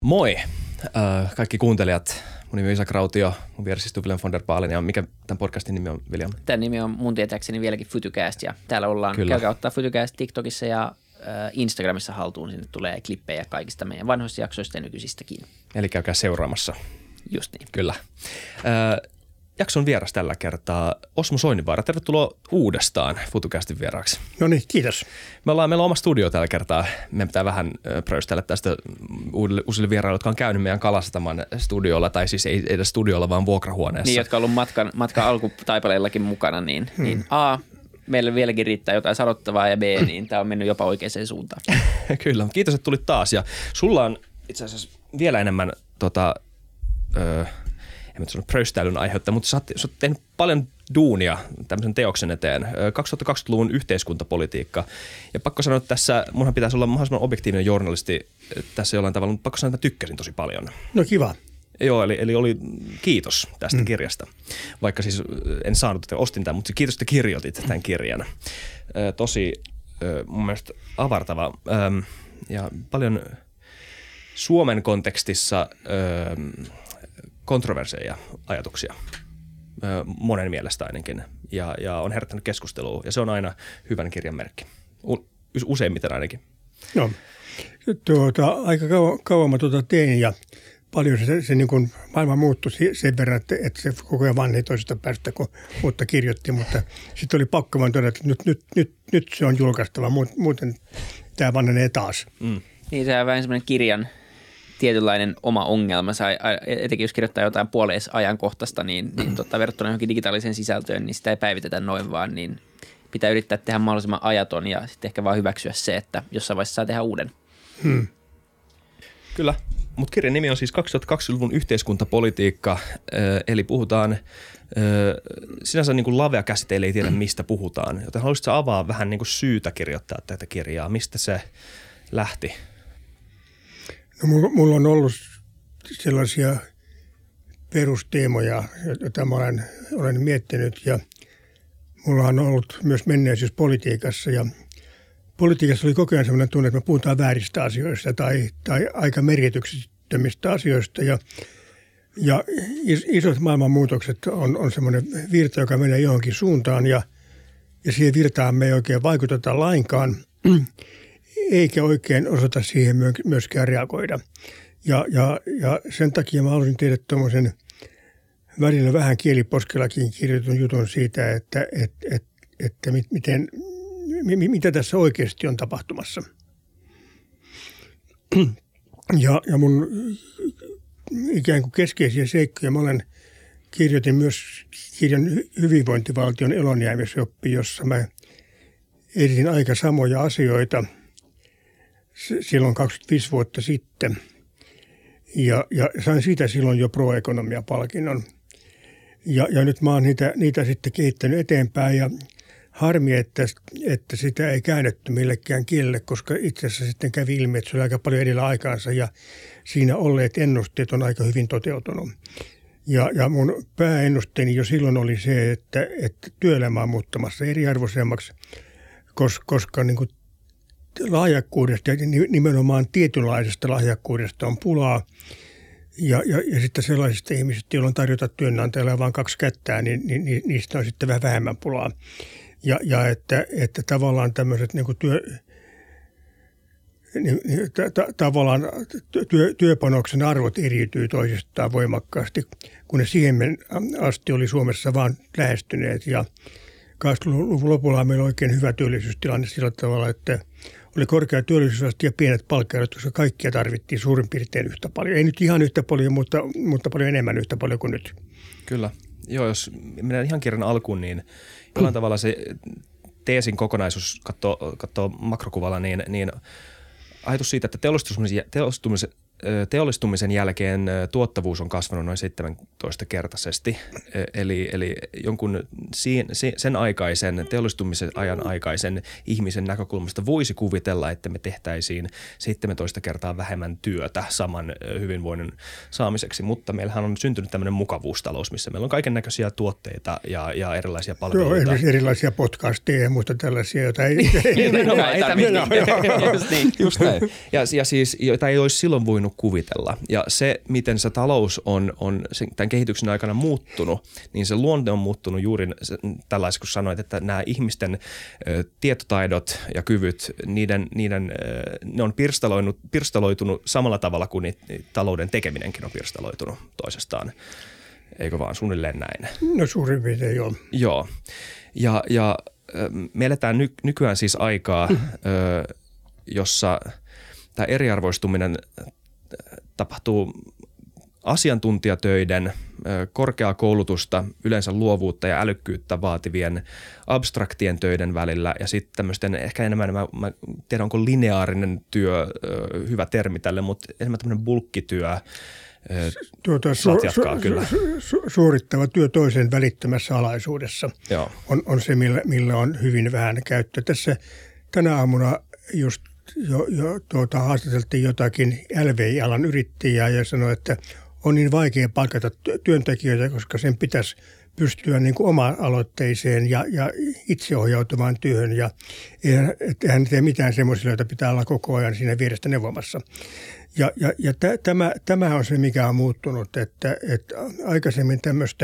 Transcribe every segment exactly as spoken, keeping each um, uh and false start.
Moi äh, kaikki kuuntelijat. Mun nimi on Isak Rautio, mun vieressä istuu William von der Baalen. Ja mikä tämän podcastin nimi on, William? Tämän nimi on mun tietääkseni vieläkin FutuCast ja täällä ollaan. Kyllä. Käykää ottaa FutuCast TikTokissa ja äh, Instagramissa haltuun. Sinne tulee klippejä kaikista meidän vanhoista jaksoista ja nykyisistäkin. Eli käykää seuraamassa. Just niin. Kyllä. Äh, jakson vieras tällä kertaa Osmo Soininvaara. Tervetuloa uudestaan FutuCastin vieraaksi. No niin, kiitos. Me ollaan, meillä on oma studio tällä kertaa. Meidän pitää vähän pröystellä tästä uudelle, uusille vieraille, jotka on käynyt meidän Kalasataman studiolla, tai siis ei edes studiolla, vaan vuokrahuoneessa. Niin, jotka on ollut matkan, matkan alkutaipaleillakin mukana, niin, hmm. niin A, meillä vieläkin riittää jotain sanottavaa, ja B, niin tämä on mennyt jopa oikeaan suuntaan. Kyllä, kiitos, että tulit taas. Ja sulla on itse asiassa vielä enemmän tota, öö, en mä sano pröystäilyn aiheuttaa, mutta sä oot, sä oot tehnyt paljon duunia tämmöisen teoksen eteen. kaksituhattakaksikymmentäluvun yhteiskuntapolitiikka. Ja pakko sanoa, että tässä, munhan pitäisi olla mahdollisimman objektiivinen journalisti tässä jollain tavalla, mutta pakko sanoa, että mä tykkäsin tosi paljon. No kiva. Joo, eli, eli oli kiitos tästä mm. kirjasta. Vaikka siis en saanut, että ostin tämän, mutta kiitos, että kirjoitit tämän kirjan. Tosi mun mielestä avartava ja paljon Suomen kontekstissa kontroverseja ajatuksia, monen mielestä ainakin, ja, ja on herättänyt keskustelua, ja se on aina hyvän kirjan merkki, useimmiten ainakin. Joo, tuota, aika kauan, kauan mä tuota tein, ja paljon se, se, se niin kuin maailma muuttui sen verran, että, että se koko ajan vanheni toisesta päästä, kun uutta kirjoitti, mutta sitten oli pakko vaan todeta, että nyt, nyt, nyt, nyt se on julkaistava, muuten tämä vanhenee taas. Mm. Niin, se on vähän semmoinen kirjan tietynlainen oma ongelma. Etenkin jos kirjoittaa jotain puoleis ajankohtaista, niin, niin tota, verrattuna johonkin digitaaliseen sisältöön, niin sitä ei päivitetä noin vaan, niin pitää yrittää tehdä mahdollisimman ajaton ja sitten ehkä vaan hyväksyä se, että jossain vaiheessa saa tehdä uuden. Hmm. Kyllä, mutta kirjan nimi on siis kaksituhattakaksikymmentäluvun yhteiskuntapolitiikka, eli puhutaan, sinänsä niin kuin lavea käsite ei tiedä mistä puhutaan, joten haluaisitko avaa vähän niin kuin syytä kirjoittaa tätä kirjaa, mistä se lähti? No, mulla on ollut sellaisia perusteemoja, joita mä olen, olen miettinyt, ja mulla on ollut myös menneisyys politiikassa, ja politiikassa oli koko ajan sellainen tunne, että me puhutaan vääristä asioista tai, tai aika merkityksettömistä asioista, ja, ja isot maailmanmuutokset on, on semmoinen virta, joka menee johonkin suuntaan, ja, ja siihen virtaan me ei oikein vaikuteta lainkaan, eikä oikein osata siihen myöskään reagoida. Ja, ja, ja sen takia mä halusin tehdä tuommoisen välillä vähän kieliposkellakin kirjoitun jutun siitä, että, että, että, että miten, mitä tässä oikeasti on tapahtumassa. Ja, ja mun ikään kuin keskeisiä seikkoja mä olen kirjoitin myös kirjan Hyvinvointivaltion elonjäämisoppi, jossa mä editin aika samoja asioita silloin kaksikymmentäviisi vuotta sitten, ja, ja sain siitä silloin jo pro-ekonomia-palkinnon. Ja, ja nyt mä oon niitä, niitä sitten kehittänyt eteenpäin, ja harmi, että, että sitä ei käännetty millekään kielelle, koska itse asiassa sitten kävi ilmi, että se oli aika paljon edellä aikaansa, ja siinä olleet ennusteet on aika hyvin toteutunut. Ja, ja mun pääennusteeni jo silloin oli se, että, että työelämä on muuttamassa eriarvoisemmaksi, koska, koska niin kuin lahjakkuudesta ja nimenomaan tietynlaisesta lahjakkuudesta on pulaa. Ja, ja, ja sitten sellaisista ihmisistä, joilla on tarjota työnantajalle vain kaksi kättää, niin, niin niistä on sitten vähän vähemmän pulaa. Ja, ja että, että tavallaan tämmöiset niin kuin työ, niin, ta, tavallaan työ, työpanoksen arvot eriytyy toisistaan voimakkaasti, kun ne siihen asti oli Suomessa vaan lähestyneet. Ja kahdeksankymmentäluvun lopulla meillä oli oikein hyvä työllisyystilanne sillä tavalla, että oli korkea työllisyysaste ja pienet palkkaerot, koska kaikkia tarvittiin suurin piirtein yhtä paljon. Ei nyt ihan yhtä paljon, mutta, mutta paljon enemmän yhtä paljon kuin nyt. Kyllä. Joo, jos mennään ihan kirjan alkuun, niin jollain tavalla se teesin kokonaisuus katsoo, katsoo makrokuvalla, niin, niin ajatus siitä, että teollistumisen, teollistumisen, teollistumisen jälkeen tuottavuus on kasvanut noin seitsemäntoista-kertaisesti. Eli, eli jonkun sen aikaisen, teollistumisen ajan aikaisen ihmisen näkökulmasta voisi kuvitella, että me tehtäisiin seitsemäntoista kertaa vähemmän työtä saman hyvinvoinnin saamiseksi. Mutta meillähän on syntynyt tämmöinen mukavuustalous, missä meillä on kaiken näköisiä tuotteita ja, ja erilaisia palveluita. Joo, erilaisia podcasteja ja muista tällaisia, joita ei... Just näin. Ja, ja siis, joita ei olisi silloin voinut voinut kuvitella. Ja se, miten se talous on, on tämän kehityksen aikana muuttunut, niin se luonne on muuttunut juuri tällaisessa, kun sanoit, että nämä ihmisten ö, tietotaidot ja kyvyt, niiden, niiden, ö, ne on pirstaloitunut samalla tavalla kuin niitä, talouden tekeminenkin on pirstaloitunut toisestaan. Eikö vaan suunnilleen näin? No suurin piirtein joo. Joo. Ja, ja me eletään ny, nykyään siis aikaa, ö, jossa tämä eriarvoistuminen tapahtuu asiantuntijatöiden, korkeaa koulutusta, yleensä luovuutta ja älykkyyttä vaativien abstraktien töiden välillä ja sitten tämmöisten ehkä enemmän, mä, mä tiedän onko lineaarinen työ hyvä termi tälle, mutta enemmän tämmöinen bulkkityö. Tuota, su, su, su, suorittava työ toisen välittömässä alaisuudessa on, on se, millä, millä on hyvin vähän käyttöä. Tässä tänä aamuna just jo, jo tuota, haastateltiin jotakin L V I-alan yrittäjää ja sanoi, että on niin vaikea palkata työntekijöitä, koska sen pitäisi pystyä niin kuin oma-aloitteiseen ja, ja itseohjautuvaan työhön. Ja eihän, eihän tee mitään semmoisille, joita pitää olla koko ajan siinä vierestä neuvomassa. Ja, ja, ja t- tämä, tämä on se, mikä on muuttunut, että, että aikaisemmin tämmöistä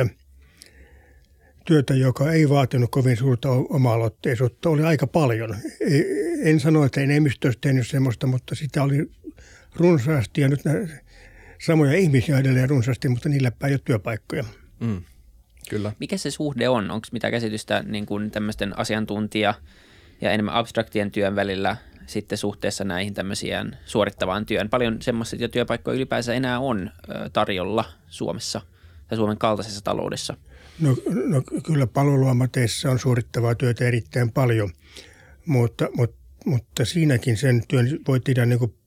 työtä, joka ei vaatinut kovin suurta oma-aloitteisuutta, oli aika paljon. En sano, että enemmistö olisi tehnyt semmoista, mutta sitä oli runsaasti ja nyt samoja ihmisiä edelleen runsaasti, mutta niillä ei ole työpaikkoja. Mm, kyllä. Mikä se suhde on? Onko mitä käsitystä niin kuin tämmöisten asiantuntija- ja enemmän abstraktien työn välillä sitten suhteessa näihin tämmöisiään suorittavaan työn? Paljon semmoisia työpaikkoja ylipäänsä enää on tarjolla Suomessa tai Suomen kaltaisessa taloudessa? No, no kyllä palveluammateissa on suorittavaa työtä erittäin paljon, mutta, mutta, mutta siinäkin sen työn voi tehdä niin kuin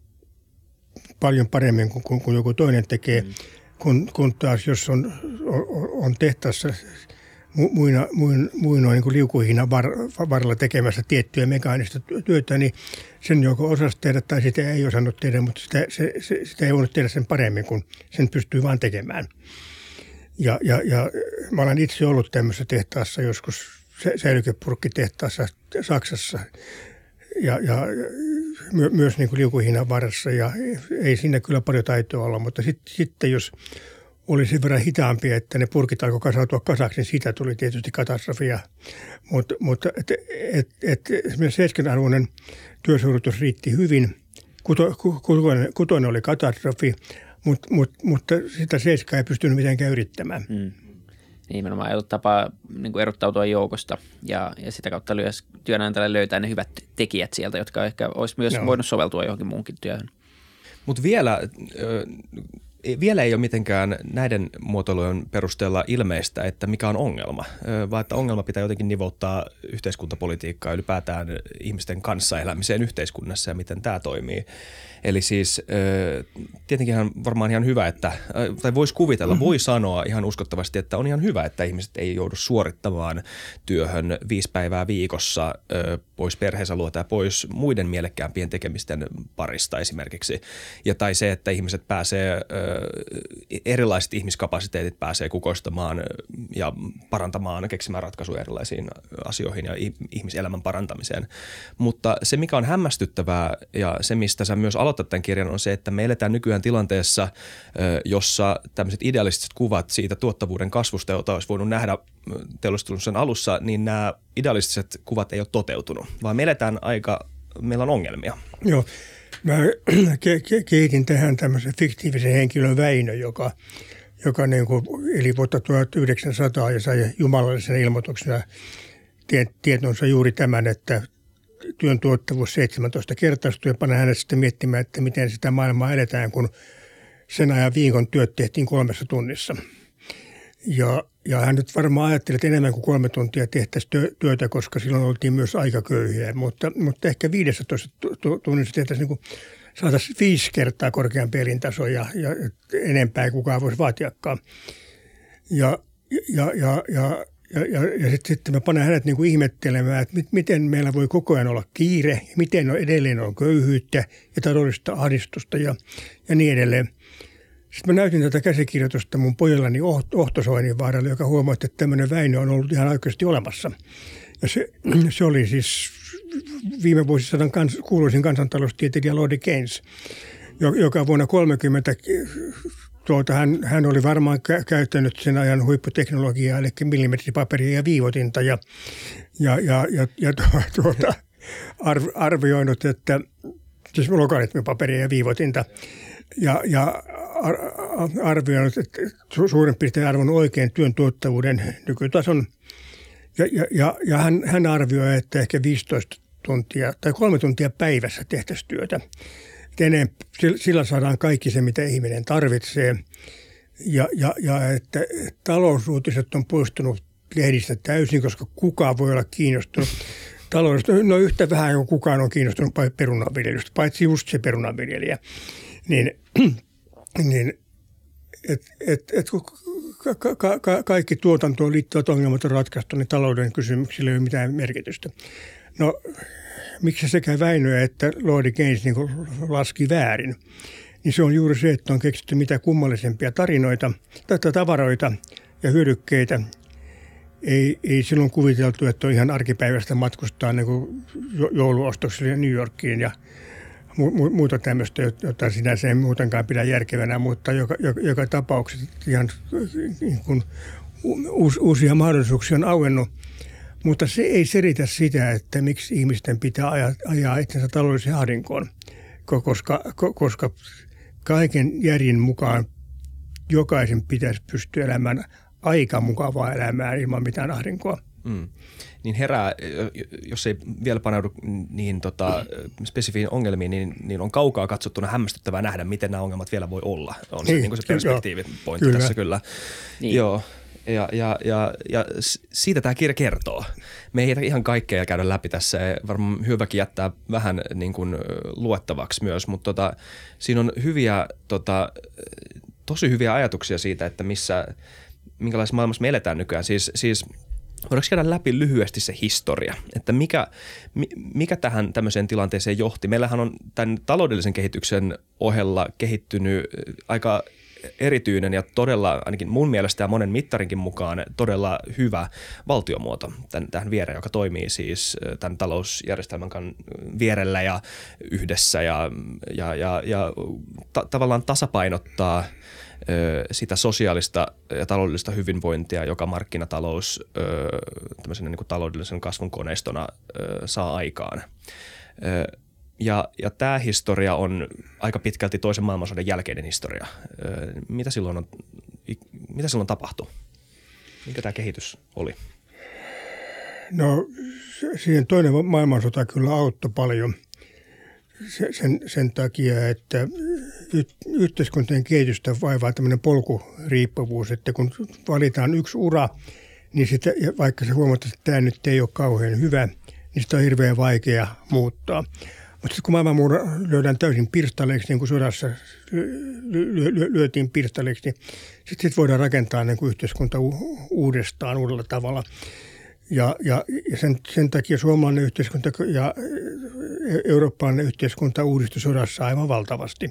paljon paremmin kuin, kuin, kuin joku toinen tekee, mm. kun, kun taas jos on, on, on tehtaassa muina, muin, muinoin niin kuin liukuhinan var, varrella tekemässä tiettyä mekaanista työtä, niin sen joko osasi tehdä tai sitä ei osannut tehdä, mutta sitä, se, se, sitä ei voinut tehdä sen paremmin, kun sen pystyy vaan tekemään. Ja, ja, ja mä olen itse ollut tämmöisessä tehtaassa joskus säilykepurkkitehtaassa Saksassa ja, ja my, myös niin kuin liukuhinan varressa ja ei siinä kyllä paljon taitoa olla, mutta sit, sitten jos oli sen verran hitaampi, että ne purkit alkoi kasautua kasaksi, niin siitä tuli tietysti katastrofia. Mut, mutta et, et, et, esimerkiksi seitsemän-arvoinen työsuoritus riitti hyvin, Kuto, kutoinen, kutoinen oli katastrofi. Mut, mut, mutta sitä seiskaa ei pystynyt mitenkään yrittämään. Mm. Nimenomaan ei ollut tapaa niin kuin erottautua joukosta ja, ja sitä kautta myös työnantajalle löytää ne hyvät tekijät sieltä, jotka ehkä olisi myös no. voinut soveltua johonkin muunkin työhön. Mutta vielä, äh, vielä ei ole mitenkään näiden muotoilujen perusteella ilmeistä, että mikä on ongelma, äh, vaan että ongelma pitää jotenkin nivouttaa yhteiskuntapolitiikkaa ylipäätään ihmisten kanssaelämiseen yhteiskunnassa ja miten tämä toimii. Eli siis tietenkin on varmaan ihan hyvä, että, tai voisi kuvitella, voi sanoa ihan uskottavasti, että on ihan hyvä, että ihmiset ei joudu suorittamaan työhön viisi päivää viikossa pois perheensä luota ja pois muiden mielekkäämpien tekemisten parista esimerkiksi. Ja tai se, että ihmiset pääsee, erilaiset ihmiskapasiteetit pääsee kukoistamaan ja parantamaan, keksimään ratkaisuja erilaisiin asioihin ja ihmiselämän parantamiseen. Mutta se, mikä on hämmästyttävää ja se, mistä sä myös aloitat tämän kirjan, on se, että me eletään nykyään tilanteessa, jossa tämmöiset idealistiset kuvat siitä tuottavuuden kasvusta, jota olisi voinut nähdä teollistumisen alussa, niin nämä idealistiset kuvat ei ole toteutunut, vaan me eletään aika, meillä on ongelmia. Joo, mä ke- kehitin tähän tämmöisen fiktiivisen henkilön Väinö, joka, joka niin kuin eli vuotta tuhatyhdeksänsataa ja sai jumalallisen ilmoituksena tietonsa juuri tämän, että työn tuottavuus seitsemäntoista kertaistui ja panna hänet sitten miettimään, että miten sitä maailmaa eletään, kun sen ajan viikon työt tehtiin kolmessa tunnissa. Ja, ja hän nyt varmaan ajatteli, että enemmän kuin kolme tuntia tehtäisiin työtä, koska silloin oltiin myös aika köyhiä. Mutta, mutta ehkä viidessätoista tunnissa tehtäisiin niin kuin saataisiin viisi kertaa korkeampi elintaso ja, ja enempää ei kukaan voisi vaatiakaan. Ja, ja, ja, ja Ja, ja, ja sitten sit mä panen hänet niin kuin ihmettelemään, että mit, miten meillä voi koko ajan olla kiire, miten on, edelleen on köyhyyttä ja taloudellista ahdistusta ja, ja niin edelleen. Sitten mä näytin tätä käsikirjoitusta mun pojallani Ohto Soininvaaralle, joka huomautti, että tämmöinen Väinö on ollut ihan oikeasti olemassa. Ja se, se oli siis viime vuosisadan kans, kuuluisin kansantaloustieteilijä Lord Keynes, joka vuonna kolmekymmentä tuota, hän, hän oli varmaan kä- käyttänyt sen ajan huipputeknologiaa, eli millimetripaperia ja viivotinta ja, ja, ja, ja, ja tuota, arv, arvioinut, että siis logaritmipaperia ja viivotinta ja, ja ar, arvioinut, että su, suurin piirtein arvon oikein työn tuottavuuden nykytason. Ja, ja, ja, ja hän, hän arvioi, että ehkä viisitoista tuntia tai kolme tuntia päivässä tehtäisiin työtä. Enemmän, sillä saadaan kaikki se, mitä ihminen tarvitsee. Ja, ja, ja että talousuutiset on poistunut lehdistä täysin, koska kukaan voi olla kiinnostunut taloudesta. No yhtä vähän kuin kukaan on kiinnostunut perunanviljelystä, paitsi just se perunanviljelijä. Niin, niin et, et, et, ka, ka, ka, kaikki tuotantoon liittyvät ongelmat on ratkaistu, niin talouden kysymyksillä ei ole mitään merkitystä. No miksi sekä Väinö että Lord Keynes niin laski väärin, niin se on juuri se, että on keksitty mitä kummallisempia tarinoita, tätä tavaroita ja hyödykkeitä. Ei, ei silloin kuviteltu, että on ihan arkipäivästä matkustaa niin kuin jouluostoksille New Yorkiin ja mu- muuta tämmöistä, jota sinänsä ei muutenkaan pidä järkevänä, mutta joka, joka, joka tapauksessa ihan niin kuin uusia mahdollisuuksia on auennut. Mutta se ei selitä sitä, että miksi ihmisten pitää ajaa, ajaa itsensä taloudelliseen ahdinkoon, koska, koska kaiken järjen mukaan jokaisen pitäisi pystyä elämään aika mukavaa elämää ilman mitään ahdinkoa. Mm. Niin herää, jos ei vielä paneudu niihin tota, spesifiin ongelmiin, niin, niin on kaukaa katsottuna hämmästyttävää nähdä, miten nämä ongelmat vielä voi olla. On niin, se, niin kuin se perspektiivipointti kyllä. Tässä kyllä. Niin. Joo. Ja, ja, ja, ja siitä tämä kirja kertoo. Me ei ihan kaikkea käydä läpi tässä. Varmaan hyväkin jättää vähän niin kuin luettavaksi myös, mutta tota, siinä on hyviä, tota, tosi hyviä ajatuksia siitä, että missä, minkälaisessa maailmassa me eletään nykyään. Siis, siis voidaanko käydä läpi lyhyesti se historia, että mikä, mikä tähän tämmöiseen tilanteeseen johti? Meillähän on tämän taloudellisen kehityksen ohella kehittynyt aika erityinen ja todella, ainakin mun mielestä ja monen mittarinkin mukaan, todella hyvä valtiomuoto tämän, tähän viereen, joka toimii siis tämän talousjärjestelmän vierellä ja yhdessä ja, ja, ja, ja ta- tavallaan tasapainottaa ö, sitä sosiaalista ja taloudellista hyvinvointia, joka markkinatalous ö, tämmöisen niin kuin taloudellisen kasvun koneistona ö, saa aikaan. Ö, Ja, ja tämä historia on aika pitkälti toisen maailmansodan jälkeinen historia. Mitä silloin, on, mitä silloin tapahtui? Mikä tämä kehitys oli? No siihen toinen maailmansota kyllä auttoi paljon sen, sen takia, että yhteiskuntien kehitystä vaivaa tämmöinen polkuriippuvuus, että kun valitaan yksi ura, niin sitä, vaikka se huomataan, että tämä nyt ei ole kauhean hyvä, niin sitä on hirveän vaikea muuttaa. Mutta sitten kun maailmanmuura lyödään täysin pirstaleiksi, niin kuin sodassa lyötiin pirstaleiksi, niin sitten sit voidaan rakentaa niin kuin yhteiskunta uudestaan uudella tavalla. Ja, ja sen, sen takia suomalainen yhteiskunta ja eurooppalainen yhteiskunta uudistui sodassa aivan valtavasti.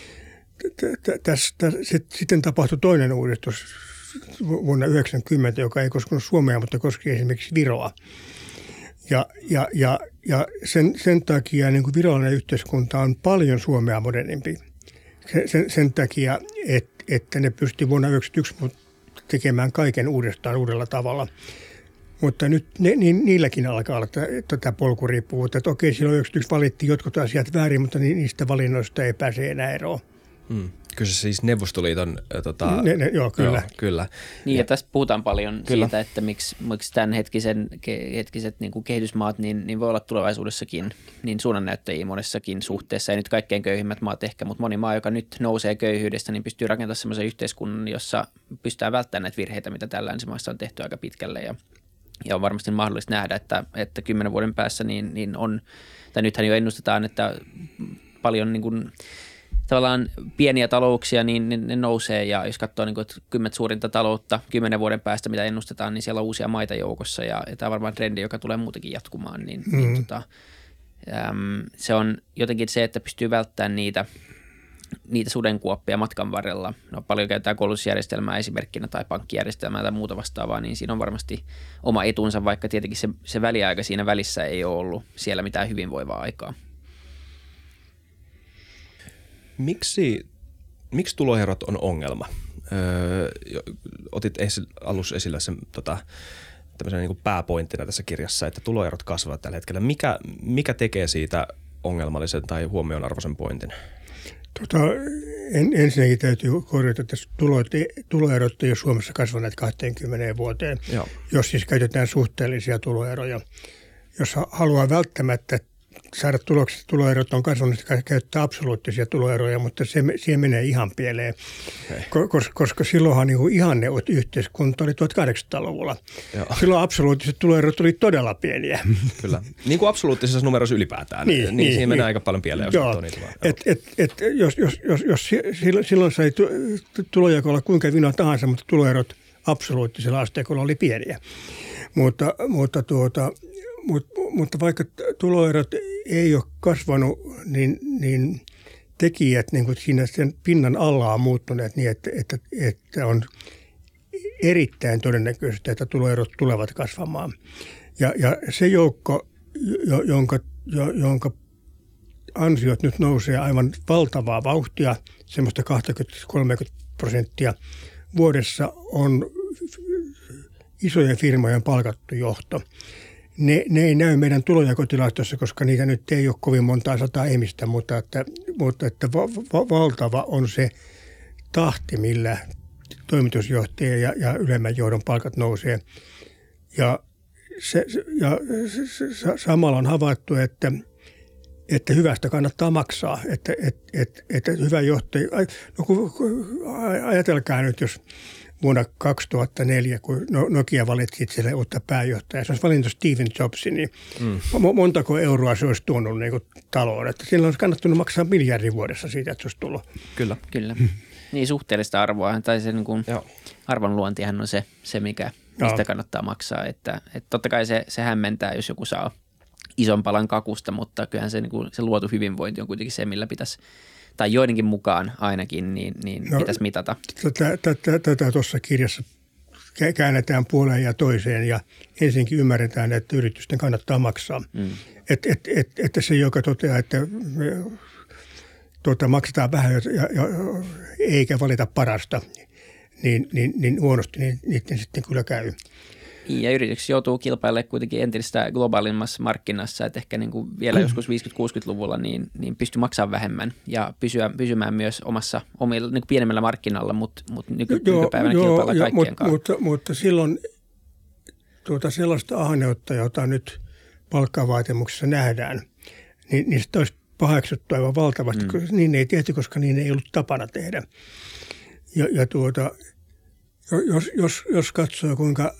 Tästä sitten tapahtui toinen uudistus vuonna yhdeksänkymmentä, joka ei koskenut Suomea, mutta koski esimerkiksi Viroa. Ja, ja, ja, ja sen, sen takia niin kuin virallinen yhteiskunta on paljon Suomea modernimpi. Sen, sen, sen takia, et, että ne pystyi vuonna yhdeksänkymmentäyksi tekemään kaiken uudestaan uudella tavalla. Mutta nyt ne, niin, niilläkin alkaa olla tätä polkuriippuvuutta. Että okei, silloin yhdeksänkymmentäyksi valittiin jotkut asiat väärin, mutta niistä valinnoista ei pääse enää eroon. Hmm. Kyllä se siis Neuvostoliiton... Tota, ne, ne, joo, kyllä. Joo, kyllä. Niin ja, ja tästä puhutaan paljon kyllä. Siitä, että miksi, miksi tämän hetkisen, hetkiset niin kuin kehitysmaat niin, niin voi olla tulevaisuudessakin niin suunnannäyttäjiä monessakin suhteessa. Ei nyt kaikkein köyhimmät maat ehkä, mutta moni maa, joka nyt nousee köyhyydestä, niin pystyy rakentamaan sellaisen yhteiskunnan, jossa pystytään välttämään näitä virheitä, mitä tällä länsimaissa on tehty aika pitkälle. Ja, ja on varmasti mahdollista nähdä, että, että kymmenen vuoden päässä niin, niin on, tai nythän jo ennustetaan, että paljon niin kuin tavallaan pieniä talouksia, niin ne, ne nousee ja jos katsoo niin kuin, että kymmentä suurinta taloutta kymmenen vuoden päästä, mitä ennustetaan, niin siellä on uusia maita joukossa ja, ja tämä on varmaan trendi, joka tulee muutenkin jatkumaan. Niin, mm-hmm. niin, tota, äm, se on jotenkin se, että pystyy välttämään niitä, niitä sudenkuoppia matkan varrella. No, paljon käytetään koulutusjärjestelmää esimerkkinä tai pankkijärjestelmää tai muuta vastaavaa, niin siinä on varmasti oma etunsa, vaikka tietenkin se, se väliaika siinä välissä ei ole ollut siellä mitään hyvinvoivaa aikaa. miksi, miksi tuloerot on ongelma? Öö, otit esi- alussa esille sen tota, tämmöisen niin kuin pääpointtina tässä kirjassa, että tuloerot kasvavat tällä hetkellä. Mikä, mikä tekee siitä ongelmallisen tai huomionarvoisen pointin? Tota, en, ensinnäkin täytyy korjata, että tulo, tuloerot ei ole Suomessa kasvaneet kaksikymmentä vuoteen, Joo. jos siis käytetään suhteellisia tuloeroja. Jos haluaa välttämättä saada tulokset, tuloerot on kasvanut, käyttää absoluuttisia tuloeroja, mutta se, siihen menee ihan pieleen, okay. koska, koska silloinhan niin kuin ihanne yhteiskunta oli tuhatkahdeksansataaluvulla. Joo. Silloin absoluuttiset tuloerot oli todella pieniä. Kyllä. Niin kuin absoluuttisessa numerossa ylipäätään. Niin, niin, niin siinä menee niin. aika paljon pieleen, jos katsoo niitä vaan. Et, et, et, jos, jos, jos, jos silloin sai tulojako olla kuinka vino tahansa, mutta tuloerot absoluuttisella asteikolla oli pieniä. Mutta, mutta tuota... Mutta, mutta vaikka tuloerot ei ole kasvanut, niin, niin tekijät niin kuin siinä sen pinnan alla on muuttuneet niin, että, että, että on erittäin todennäköistä, että tuloerot tulevat kasvamaan. Ja, ja se joukko, jonka, jonka ansiot nyt nousee aivan valtavaa vauhtia, semmoista kaksikymmentä kolmekymmentä prosenttia vuodessa, on isojen firmojen palkattu johto. Ne, ne ei näy meidän tulojakotilastossa, koska niitä nyt ei ole kovin montaa sataa ihmistä, mutta että, mutta että va, va, valtava on se tahti, millä toimitusjohtaja ja, ja ylemmän johdon palkat nousee. Ja, se, ja se, se, samalla on havaittu, että, että hyvästä kannattaa maksaa, että, että, että, että hyvä johtaja, no kun, ajatelkaa nyt, jos vuonna kaksituhattaneljä, kun Nokia valitsi itselle uutta pääjohtajaa, se olisi valinnut Steve Jobsin, niin mm. montako euroa se olisi tuonut niin kuin taloon. Että sillä olisi kannattanut maksaa miljardin vuodessa siitä, että se olisi tullut. Kyllä. Kyllä. Niin suhteellista arvoa, tai se niin kuin arvonluontihan on se, se mikä, mistä Joo. kannattaa maksaa. Että, että totta kai se, se hämmentää, jos joku saa ison palan kakusta, mutta kyllähän se, niin kuin, se luotu hyvinvointi on kuitenkin se, millä pitäisi tai joidenkin mukaan ainakin, niin, niin no, pitäisi mitata. Tätä tuossa kirjassa käännetään puoleen ja toiseen ja ensinkin ymmärretään, että yritysten kannattaa maksaa. Mm. Et, et, et, että se, joka toteaa, että me, tuota, maksetaan vähän ja, ja, eikä valita parasta, niin, niin, niin huonosti niin niiden sitten kyllä käy. Ja yrityksiä joutuu kilpailemaan kuitenkin entistä globaalimmassa markkinassa, että ehkä niin kuin vielä joskus viisikymmentä-kuusikymmentäluvulla niin, niin pystyy maksamaan vähemmän ja pysyä, pysymään myös omassa omilla, niin kuin pienemmällä markkinalla, mutta, mutta nyky, joo, nykypäivänä joo, kilpailla jo, kaikkien kanssa. Mutta, mutta silloin tuota sellaista ahneutta, jota nyt palkkavaatimuksessa nähdään, niin, niin sitä olisi paheksuttu aivan valtavasti. Mm. Niin ei tehty, koska niin ei ollut tapana tehdä. Ja, ja tuota... Jos, jos, jos katsoo, kuinka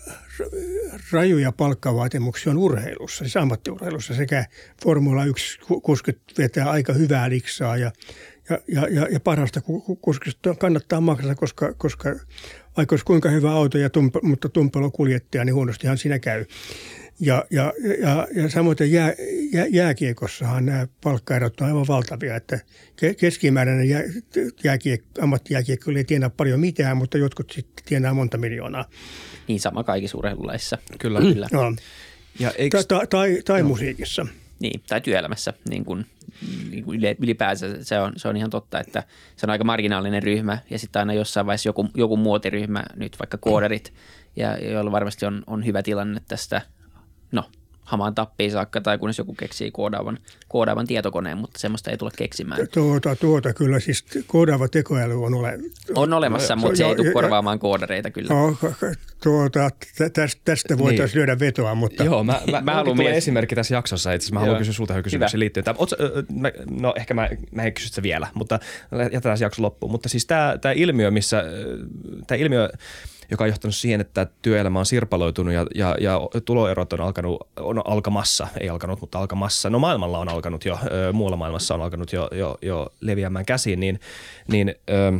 rajuja palkkavaatimuksia on urheilussa, siis ammattiurheilussa, sekä Formula yksi kuskit vetää aika hyvää liksaa ja, ja, ja, ja parhaasta kuskista kannattaa maksaa, koska, koska vaikka olisi kuinka hyvä auto, ja tumpe, mutta tumpelo kuljettaja, niin huonostihan siinä käy. Ja, ja, ja, ja samoin jää, jää, jääkiekossahan nämä palkkaerot on aivan valtavia, että keskimääräinen jää, jääkiek, ammattijääkiekko ei tienaa paljon mitään, mutta jotkut sitten tienaa monta miljoonaa. Niin sama kaikissa urheilulaissa. Kyllä, kyllä. No. Ja eikö... tai tai, tai no. musiikissa. Niin, tai työelämässä niin kuin, niin kuin ylipäänsä se on, se on ihan totta, että se on aika marginaalinen ryhmä ja sitten aina jossain vaiheessa joku, joku muotiryhmä, nyt vaikka koodarit, ja joilla varmasti on, on hyvä tilanne tästä, no hamaan tappiin saakka tai kunnes joku keksii koodaavan, koodaavan tietokoneen, mutta semmoista ei tule keksimään. Tuota, tuota kyllä, siis koodaava tekoäly on olemassa. On olemassa, mutta se ei tule korvaamaan koodareita kyllä. No, tuota, tästä, tästä voitaisiin niin lyödä vetoa, mutta... Joo, mä, mä, mä haluan tulee esimerkki tässä jaksossa, itse asiassa mä haluan kysyä sulta kysymyksiä liittyen. Tämä, oot, mä, no ehkä mä, mä en kysy sitä vielä, mutta jätetään se jakso loppuun. Mutta siis tämä, tämä ilmiö, missä, tämä ilmiö, joka on johtanut siihen, että työelämä on sirpaloitunut ja, ja, ja tuloerot on alkanut, on alkamassa, ei alkanut, mutta alkamassa. No maailmalla on alkanut jo, muualla maailmassa on alkanut jo, jo, jo leviämään käsiin, niin, niin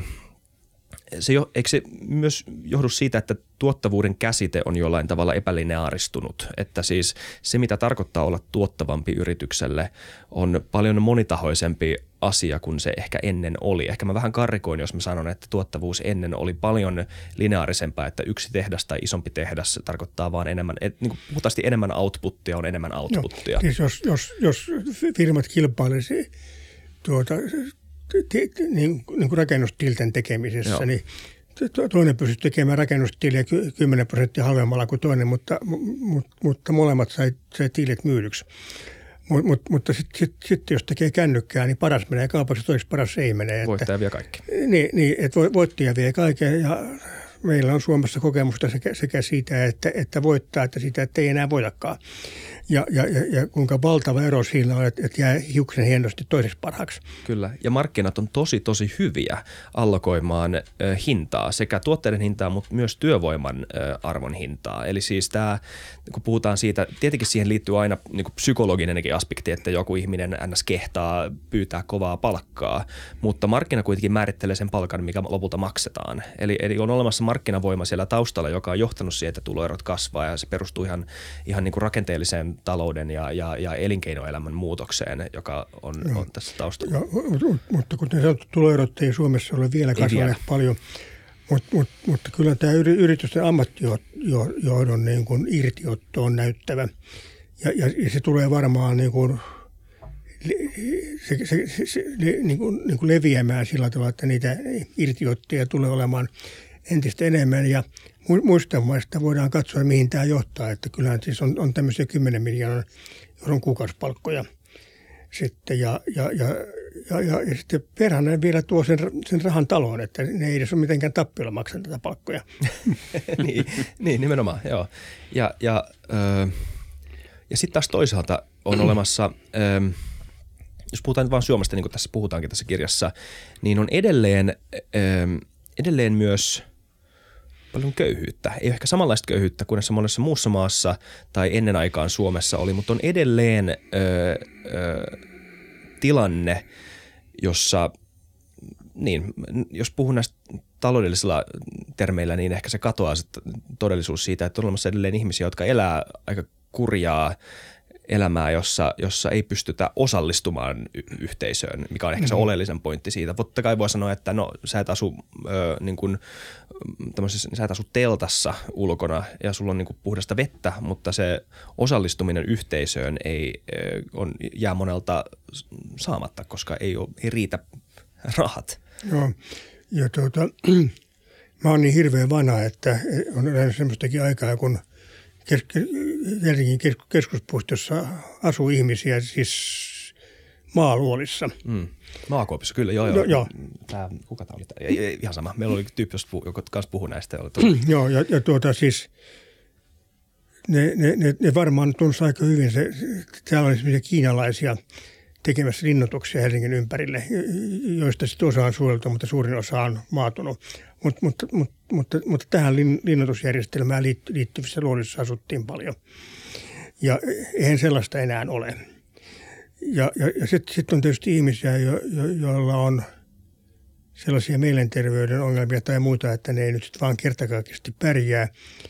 se jo, eikö se myös johdu siitä, että tuottavuuden käsite on jollain tavalla epälineaaristunut, että siis se, mitä tarkoittaa olla tuottavampi yritykselle, on paljon monitahoisempi asia kuin se ehkä ennen oli. Ehkä mä vähän karrikoin, jos mä sanon, että tuottavuus ennen oli paljon lineaarisempaa, että yksi tehdas tai isompi tehdas tarkoittaa vaan enemmän, et, niin kuin puhtaasti enemmän outputtia on enemmän outputtia. No, siis jos, jos, jos firmat kilpailisi tuota t- niin, niin kuin rakennustilten tekemisessä, Joo. niin toinen pystyy tekemään rakennustiliä kymmenen prosenttia halvemmalla kuin toinen, mutta, mutta, mutta molemmat sai, sai tiilet myydyksi. Mut, mut, mutta sitten sit, sit, jos tekee kännykkää, niin paras menee kaupaksi, toiseksi paras ei mene. Voittaja vie kaikki. Niin, niin että voittaja vie kaiken ja meillä on Suomessa kokemusta sekä, sekä siitä, että, että voittaa, että siitä, että ei enää voitakaan. Ja, ja, ja, ja kuinka valtava ero siinä on, että, että jää hiuksen hienosti toiseksi parhaaksi. Kyllä, ja markkinat on tosi, tosi hyviä allokoimaan ö, hintaa, sekä tuotteiden hintaa, mutta myös työvoiman ö, arvon hintaa. Eli siis tämä, kun puhutaan siitä, tietenkin siihen liittyy aina niin kuin psykologinenkin aspekti, että joku ihminen ns. Kehtaa pyytää kovaa palkkaa, mutta markkina kuitenkin määrittelee sen palkan, mikä lopulta maksetaan. Eli, eli on olemassa markkinavoima siellä taustalla, joka on johtanut siihen, että tuloerot kasvaa, ja se perustuu ihan, ihan niin kuin rakenteelliseen talouden ja, ja, ja elinkeinoelämän muutokseen, joka on, on tässä taustalla. Ja, mutta kuten sanottu, tuloerot ei Suomessa ole vielä kasvaneet paljon, mutta, mutta, mutta kyllä tämä yritysten ammattijohdon niin kuin irtiotto on näyttävä. Ja, ja, ja se tulee varmaan niin kuin, se, se, se, se, niin kuin, niin kuin leviämään sillä tavalla, että niitä irtiotteja tulee olemaan entistä enemmän. Ja muista maista voidaan katsoa, mihin tämä johtaa. Että kyllähän siis on, on tämmöisiä kymmenen miljoonan euron kuukausipalkkoja sitten. Ja, ja, ja, ja, ja, ja sitten perhana vielä tuo sen, sen rahan taloon, että ne ei edes ole mitenkään tappiolla maksanut tätä palkkoja. niin, niin, nimenomaan, joo. Ja, ja, öö, ja sitten taas toisaalta on olemassa, öö, jos puhutaan nyt vaan Suomesta, niin kuin tässä puhutaankin tässä kirjassa, niin on edelleen, öö, edelleen myös paljon köyhyyttä. Ei ole ehkä samanlaista köyhyyttä kuin näissä monessa muussa maassa tai ennen aikaan Suomessa oli, mutta on edelleen öö, öö, tilanne, jossa, niin, jos puhun näistä taloudellisilla termeillä, niin ehkä se katoaa se todellisuus siitä, että on olemassa edelleen ihmisiä, jotka elää aika kurjaa elämää, jossa, jossa ei pystytä osallistumaan y- yhteisöön, mikä on ehkä se oleellisen pointti siitä. Totta kai voi sanoa, että no sä et asu, ö, niin kuin, sä et asu teltassa ulkona ja sulla on niin kuin puhdasta vettä, mutta se osallistuminen yhteisöön ei, ö, on, jää monelta saamatta, koska ei, ole, ei riitä rahat. Joo, ja tuota, mä oon niin hirveän vanha, että on elänyt semmoistakin aikaa, kun Helsingin keskuspuistossa asuu ihmisiä siis maaluolissa. Mm. Maakuopissa, kyllä, joo, joo. No, joo. Tää, kuka tämä oli? Tää? Ei, ei, ihan sama. Meillä oli tyyppi, joka kanssa puhui näistä. Joo, ja, ja tuota siis ne, ne, ne, ne varmaan tunsi aika hyvin. Se, täällä on esimerkiksi kiinalaisia tekemässä linnoituksia Helsingin ympärille, joista sitten osa on suojeltu, mutta suurin osa on maatunut. Mut, mutta, mutta, mutta, mutta tähän linnoitusjärjestelmään liittyvissä luolissa asuttiin paljon. Ja eihän sellaista enää ole. Ja, ja, ja sitten sit on tietysti ihmisiä, jo, jo, joilla on sellaisia mielenterveyden ongelmia tai muuta, että ne ei nyt sitten vaan kertakaikkisesti pärjää.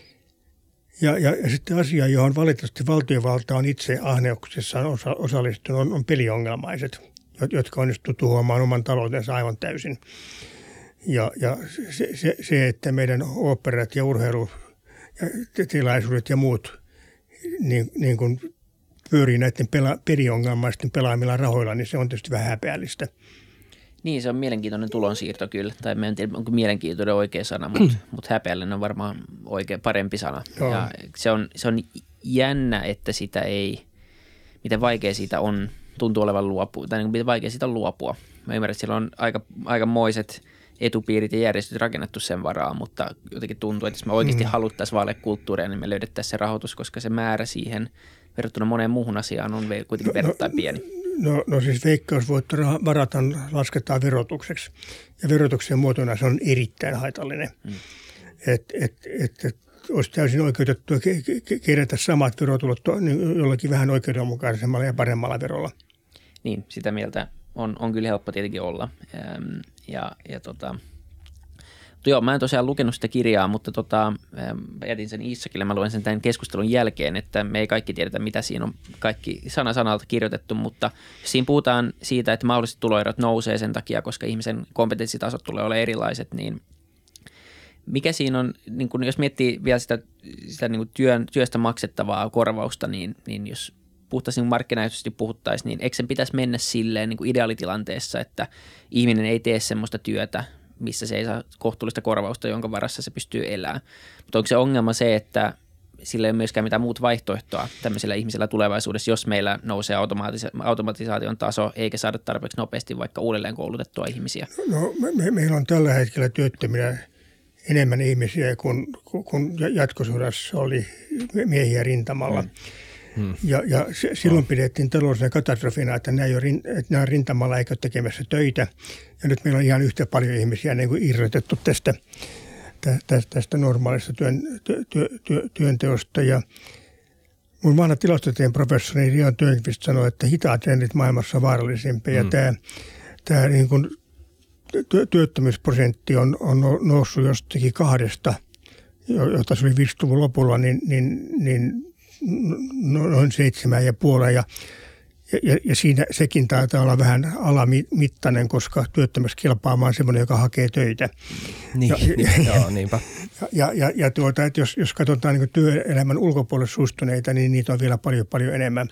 Ja, ja, ja sitten asia, johon valitettavasti valtiovalta on itse ahneuksessaan osa, osallistunut, on, on peliongelmaiset, jotka onnistuu tuhoamaan oman taloutensa aivan täysin. Ja, ja se, se, se, että meidän oopperat ja urheilutilaisuudet ja muut niin, niin kuin pyörii näiden pela, peliongelmaisten pelaamilla rahoilla, niin se on tietysti vähän häpeällistä. Niin, se on mielenkiintoinen tulonsiirto kyllä. Tai mä en tiedä, onko mielenkiintoinen oikea sana, mutta, mutta häpeällinen on varmaan oikea, parempi sana. Ja se on, se on jännä, että sitä ei, miten vaikea siitä on, tuntuu olevan luopua, tai miten vaikea siitä on luopua. Mä ymmärrän, että siellä on aika, aikamoiset etupiirit ja järjestöt rakennettu sen varaan, mutta jotenkin tuntuu, että jos me oikeasti mm. haluttaisiin vaalekulttuuria, niin me löydettäisiin se rahoitus, koska se määrä siihen verrattuna moneen muuhun asiaan on kuitenkin verrattain pieni. No, no siis veikkausvoittovarat lasketaan verotukseksi ja verotuksen muotona se on erittäin haitallinen. Mm. Että et, et, et, olisi täysin oikeutettua kerätä samat verotulot jollakin vähän oikeudenmukaisemmalla ja paremmalla verolla. Niin, sitä mieltä on, on kyllä helppo tietenkin olla. Ähm, ja, ja tota, joo, mä en tosiaan lukenut sitä kirjaa, mutta tota, jätin sen Iissakille. Mä luen sen tämän keskustelun jälkeen, että me ei kaikki tiedetä, mitä siinä on kaikki sana sanalta kirjoitettu, mutta siinä puhutaan siitä, että mahdollisesti tuloerot nousee sen takia, koska ihmisen kompetenssitasot tulee olla erilaiset, niin mikä siinä on, niin kun jos miettii vielä sitä, sitä niin kun työn, työstä maksettavaa korvausta, niin, niin jos puhtaasti niin markkinaehtoisesti puhuttaisiin, niin eikö sen pitäisi mennä silleen niin kuin ideaalitilanteessa, että ihminen ei tee semmoista työtä, missä se ei saa kohtuullista korvausta, jonka varassa se pystyy elämään. Mutta onko se ongelma se, että sillä ei ole myöskään mitään muuta vaihtoehtoa tämmöisellä ihmisellä tulevaisuudessa, jos meillä nousee automaatisa- automatisaation taso, eikä saada tarpeeksi nopeasti vaikka uudelleen koulutettua ihmisiä? No me, me, meillä on tällä hetkellä työttöminä enemmän ihmisiä kuin, kuin jatkosodassa oli miehiä rintamalla. Hmm. Hmm. Ja, ja silloin pidettiin taloudellisena katastrofina, että nämä, ei ole, että nämä on rintamalla eikä ole tekemässä töitä. Ja nyt meillä on ihan yhtä paljon ihmisiä niin kuin irrotettu tästä, tästä, tästä normaalista työn, työ, työ, työnteosta. Ja mun vanha tilastotieteen professori Rian Törnqvist sanoi, että hitaat trendit maailmassa on vaarallisempia. Hmm. Ja tämä, tämä niin kuin työttömyysprosentti on, on noussut jostakin kahdesta, jota se oli viisikymmentäluvun lopulla, niin, niin, niin noin seitsemän ja puoleen. Ja, ja, ja siinä sekin taitaa olla vähän alamittainen, koska työttömyys kilpaamaan semmoinen, joka hakee töitä. Niin, ja, niin, joo, niinpä. Ja, ja, ja tuota, että jos, jos katsotaan niin työelämän ulkopuolelle suistuneita, niin niitä on vielä paljon, paljon enemmän.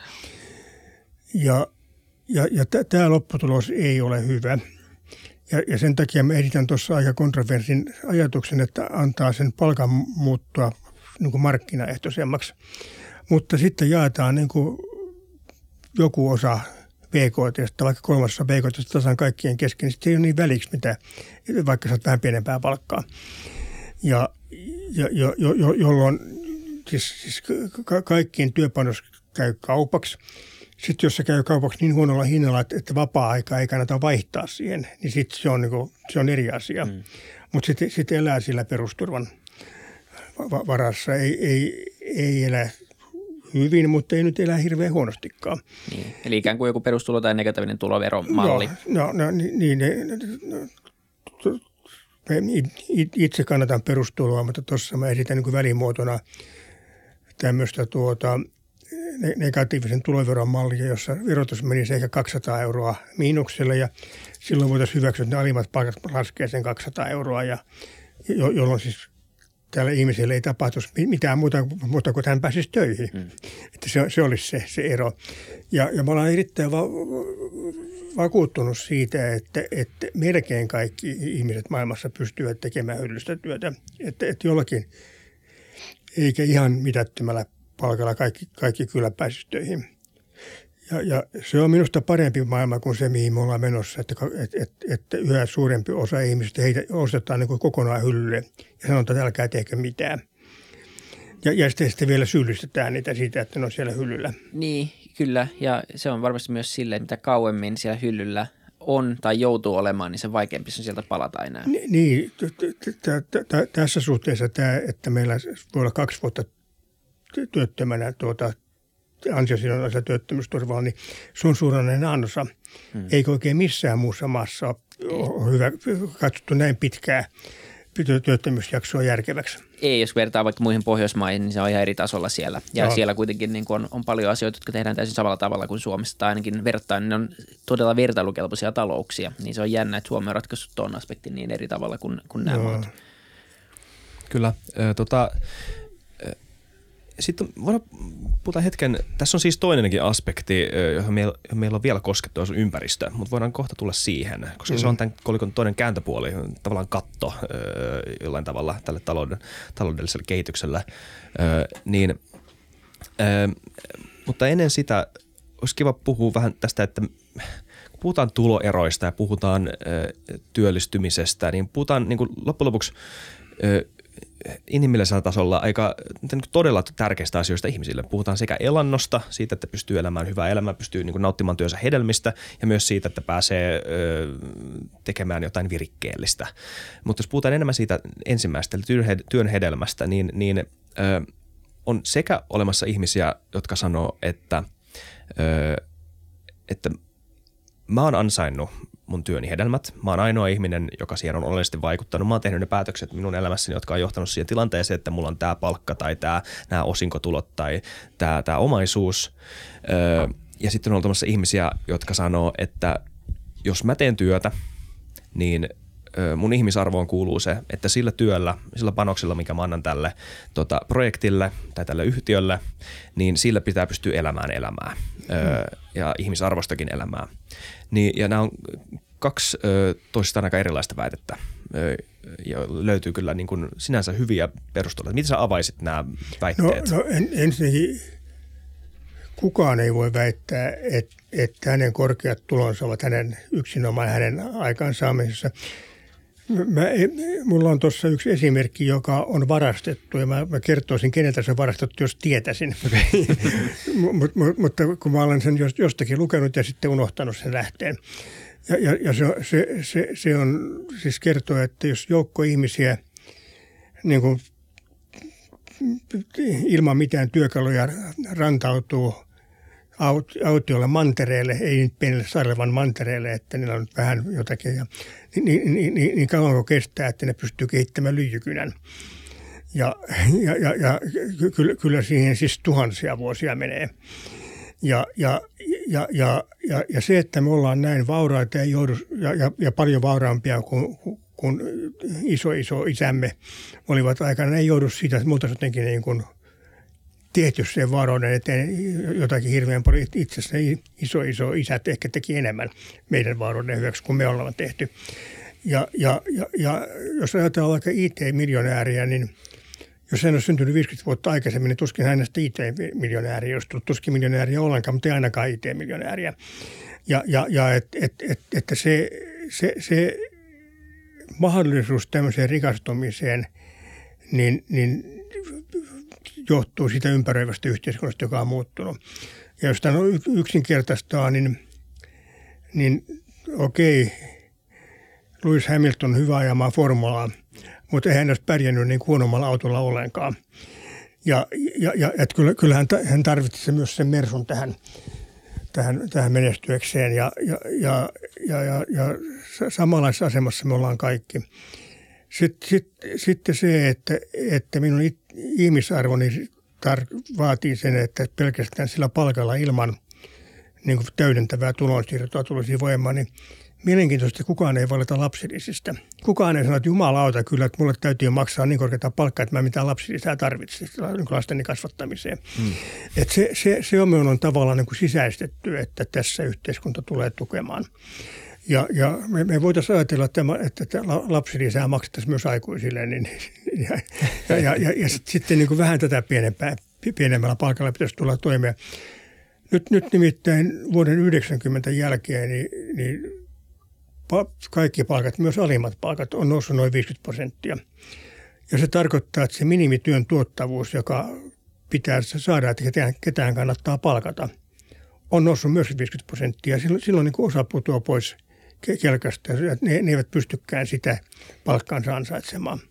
Ja, ja, ja tämä lopputulos ei ole hyvä. Ja, ja sen takia mä editän tuossa aika kontroversin ajatuksen, että antaa sen palkan muuttua niin kuin markkinaehtoisemmaksi. Mutta sitten jaetaan niin kuin joku osa B K T:stä, vaikka kolmasosa B K T:stä tasan kaikkien kesken, niin sitten ei ole niin väliksi, mitä, vaikka saat vähän pienempää palkkaa. Ja jo, jo, jo, jolloin siis, siis ka- kaikkien työpanos käy kaupaksi. Sitten jos se käy kaupaksi niin huonolla hinnalla, että vapaa-aika ei kannata vaihtaa siihen, niin sitten se on, niin kuin, se on eri asia. Mm. Mutta sitten sit elää sillä perusturvan varassa. Ei, ei, ei elä hyvin, mutta ei nyt elä hirveän huonostikaan. Niin. Eli ikään kuin joku perustulo- tai negatiivinen tuloveromalli. No, no, no niin, itse kannatan perustuloa, mutta tuossa mä esitän niin kuin välimuotona tämmöistä tuota negatiivisen tuloveron mallia, jossa verotus menisi ehkä kaksisataa euroa miinukselle ja silloin voitaisiin hyväksyä, että ne alimmat palkat laskee sen kaksisataa euroa, ja, jo, jolloin siis tällä ihmiselle ei tapahtuisi mitään muuta, muuta kuin hän pääsisi töihin. Mm. Että se, se olisi se, se ero. Ja, ja mä olen erittäin va, vakuuttunut siitä, että, että melkein kaikki ihmiset maailmassa pystyvät tekemään hyödyllistä työtä. Että, että jollakin, eikä ihan mitättömällä palkalla kaikki, kaikki kyllä pääsisi töihin. Ja, ja se on minusta parempi maailma kuin se, mihin me ollaan menossa, että, että, että yhä suurempi osa ihmisistä heitä ostetaan niin kuin kokonaan hyllylle ja sanotaan, että älkää tehkö mitään. Ja, ja sitten, sitten vielä syyllistetään niitä siitä, että ne on siellä hyllyllä. Niin, kyllä. Ja se on varmasti myös silleen, että mitä kauemmin siellä hyllyllä on tai joutuu olemaan, niin se vaikeampi on sieltä palata enää. Niin, tässä suhteessa tämä, että meillä voi olla kaksi vuotta työttömänä tuota ansiosidonnaisella työttömyysturvalla, niin se on suurainen ansa. Hmm. Eikä oikein missään muussa maassa ole hyvä, katsottu näin pitkää työttömyysjaksoa järkeväksi. Ei, jos vertaa vaikka muihin Pohjoismaihin, niin se on ihan eri tasolla siellä. Ja no. siellä kuitenkin niin on, on paljon asioita, jotka tehdään täysin samalla tavalla kuin Suomessa. Tai ainakin vertaan, niin ne on todella vertailukelpoisia talouksia. Niin se on jännä, että Suomi on ratkaissut tuon aspektin niin eri tavalla kuin, kuin nämä no. maat. Kyllä. Äh, tota, Sitten voidaan puhuta hetken, tässä on siis toinenkin aspekti, johon meillä, johon meillä on vielä koskettu, on ympäristö, mutta voidaan kohta tulla siihen, koska mm. se on tämän kolikon toinen kääntöpuoli, tavallaan katto jollain tavalla tälle talouden, taloudelliselle kehitykselle. Niin, mutta ennen sitä olisi kiva puhua vähän tästä, että kun puhutaan tuloeroista ja puhutaan työllistymisestä, niin puhutaan niin kuin loppujen lopuksi inhimillisellä tasolla aika todella tärkeistä asioista ihmisille. Puhutaan sekä elannosta, siitä, että pystyy elämään hyvää elämää, pystyy niin kuin nauttimaan työnsä hedelmistä ja myös siitä, että pääsee ö, tekemään jotain virikkeellistä. Mutta jos puhutaan enemmän siitä ensimmäistä, eli työn hedelmästä, niin, niin ö, on sekä olemassa ihmisiä, jotka sanoo, että, ö, että mä oon ansainnut mun työni hedelmät. Mä oon ainoa ihminen, joka siihen on oleellisesti vaikuttanut. Mä oon tehnyt ne päätökset minun elämässäni, jotka on johtanut siihen tilanteeseen, että mulla on tää palkka tai tää, nämä osinkotulot tai tää, tää omaisuus. Öö, ja sitten on olemassa ihmisiä, jotka sanoo, että jos mä teen työtä, niin mun ihmisarvoon kuuluu se, että sillä työllä, sillä panoksella, mikä mä annan tälle tota, projektille tai tälle yhtiölle, niin sillä pitää pystyä elämään elämää mm. ja ihmisarvostakin elämää. Niin, ja nämä on kaksi toisistaan aika erilaista väitettä. Ja löytyy kyllä niin kuin sinänsä hyviä perusteluja. Miten sä avaisit nämä väitteet? No, no en, ensinnäkin kukaan ei voi väittää, että, että hänen korkeat tulonsa ovat hänen yksinomaan hänen aikaansaamisessa. Mä, mulla on tuossa yksi esimerkki, joka on varastettu ja mä, mä kertoisin, keneltä se on varastettu, jos tietäisin. Okay. Mut, mut, mutta kun mä olen sen jostakin lukenut ja sitten unohtanut sen lähteen. Ja, ja, ja se, se, se, se on siis kertoo, että jos joukko ihmisiä niin kuin ilman mitään työkaluja rantautuu autiolle mantereelle, ei nyt pienelle saarelle, vaan mantereelle, että niillä on vähän jotakin. Ja, niin, niin, niin, niin kauanko kestää, että ne pystyy kehittämään lyijykynän. Ja, ja, ja, ja kyllä, kyllä siihen siis tuhansia vuosia menee. Ja, ja, ja, ja, ja, ja se, että me ollaan näin vauraita ja, joudu, ja, ja, ja paljon vauraampia kuin, kuin iso iso isämme olivat aikana, ei joudu siitä, että multa jotenkin niin kuin tehty sen varoinen eteen jotakin hirveän paljon. Itse asiassa iso iso isät ehkä teki enemmän meidän varoinen hyväksi kuin me ollaan tehty. Ja, ja, ja, ja jos ajatellaan vaikka I T-miljonääriä, niin jos hän on syntynyt viisikymmentä vuotta aikaisemmin, niin tuskin hänestä I T-miljonääriä olisi tullut. Tuskin miljonääriä ollenkaan, mutta ei ainakaan I T-miljonääriä. Ja, ja, ja et, et, et, että se, se, se mahdollisuus tämmöiseen rikastumiseen niin, niin johtuu siitä ympäröivästä yhteiskunnasta, joka on muuttunut. Ja jos tämä on yksinkertaistaa, niin, niin okei, Lewis Hamilton hyvä ajamaan formulaa, mutta ei hän olisi pärjännyt niin huonommalla autolla ollenkaan. Ja, ja, ja että kyllähän hän tarvitsi myös sen Mersun tähän, tähän, tähän menestyäkseen. Ja, ja, ja, ja, ja, ja samanlaisessa asemassa me ollaan kaikki. Sitten, sitten, sitten se, että, että minun ihmisarvoni tar- vaatii sen, että pelkästään sillä palkalla ilman niin kuin täydentävää tulonsiirtoa tulisi voimaan, niin mielenkiintoisesti kukaan ei valita lapsilisistä. Kukaan ei sano, että jumalauta kyllä, että mulle täytyy maksaa niin korkeata palkkaa, että mä mitään lapsilisää tarvitsen lasteni kasvattamiseen. Hmm. Että se, se, se on minun tavallaan niin kuin sisäistetty, että tässä yhteiskunta tulee tukemaan. Ja, ja me, me voitaisiin ajatella, että, että, että lapsilisää maksettaisiin myös aikuisille, niin, ja, ja, ja, ja, ja sitten niin kuin vähän tätä pienempää, pienemmällä palkalla pitäisi tulla toimeen. Nyt, nyt nimittäin vuoden yhdeksänkymmentä jälkeen niin, niin kaikki palkat, myös alimmat palkat, on noussut noin viisikymmentä prosenttia. Ja se tarkoittaa, että se minimityön tuottavuus, joka pitää saada, että ketään, ketään kannattaa palkata, on noussut myös viisikymmentä prosenttia. Silloin, silloin niin osa putoaa pois kelkasta. Ne, ne eivät pystykään sitä palkkaansa ansaitsemaan.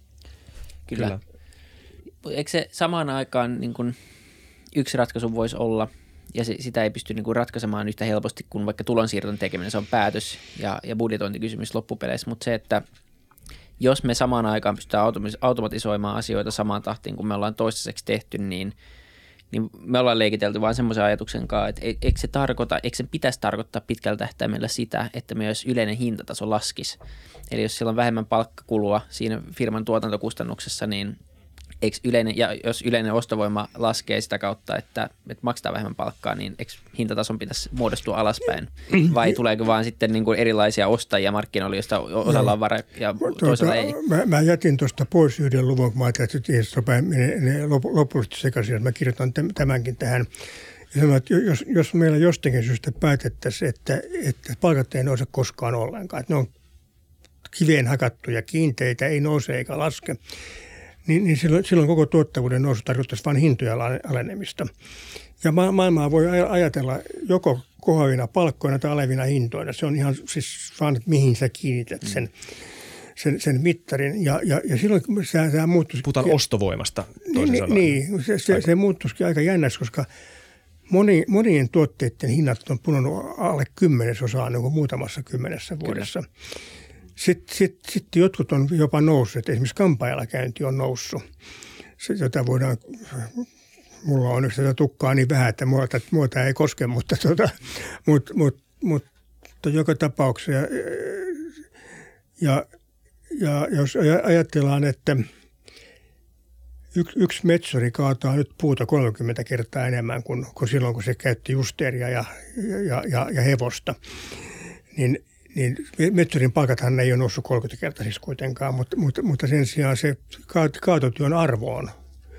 Kyllä. Kyllä. Eikö se samaan aikaan niin kuin yksi ratkaisu voisi olla, ja se, sitä ei pysty niin kuin ratkaisemaan yhtä helposti kuin vaikka tulonsiirton tekeminen, se on päätös ja, ja budjetointikysymys loppupeleissä, mutta se, että jos me samaan aikaan pystytään automatisoimaan asioita samaan tahtiin kuin me ollaan toistaiseksi tehty, niin niin me ollaan leikitelty vaan semmoisen ajatuksen kanssa, että eikö se tarkoita, eikö se pitäisi tarkoittaa pitkällä tähtäimellä sitä, että myös yleinen hintataso laskisi. Eli jos siellä on vähemmän palkkakulua siinä firman tuotantokustannuksessa, niin eikö yleinen, ja jos yleinen ostovoima laskee sitä kautta, että, että maksaa vähemmän palkkaa, niin eikö hintatason pitäisi muodostua alaspäin? Vai tuleeko vaan sitten niin kuin erilaisia ostajia markkinoille, joista osalla on vara ja toisella ei? Mä, mä jätin tuosta pois yhden luvun, kun mä ajattelin, että ne, ne lopullisesti sekaisin, mä kirjoitan tämänkin tähän. Ja sanoin, että jos, jos meillä jostakin syystä päätettäisiin, että, että palkat ei nouse koskaan ollenkaan, että ne on kiveen hakattuja kiinteitä, ei nouse eikä laske, Niin, niin silloin, silloin koko tuottavuuden nousu tarkoittaisi vain hintoja alenemista. Ja ma- maailmaa voi ajatella joko kohoavina palkkoina tai alevina hintoina. Se on ihan siis vaan, että mihin sä kiinnität sen, sen, sen mittarin. Ja, ja, ja silloin se, se muuttuisi. Puhutaan ostovoimasta toisin niin, sanoen. Niin, se, se, se muuttuisikin aika jännäksi, koska moni, monien tuotteiden hinnat on punonut alle kymmenesosaa niin kuin muutamassa kymmenessä vuodessa. Kyllä. Sitten, sitten, sitten jotkut on jopa noussut. Esimerkiksi kampaajalla käynti on noussut. Se, jota voidaan, mulla on yhtä tukkaa niin vähän, että muuta, muuta ei koske, mutta, tuota, mutta, mutta, mutta joka tapauksessa Ja, ja jos ajatellaan, että yksi, yksi metsuri kaataa nyt puuta kolmekymmentä kertaa enemmän kuin, kuin silloin, kun se käytti justeeria ja, ja, ja, ja hevosta, niin, niin metsurin palkathan ei ole noussut kolmekymmentä kertaa siis kuitenkaan, mutta, mutta, mutta sen sijaan se kaatotyön arvo on,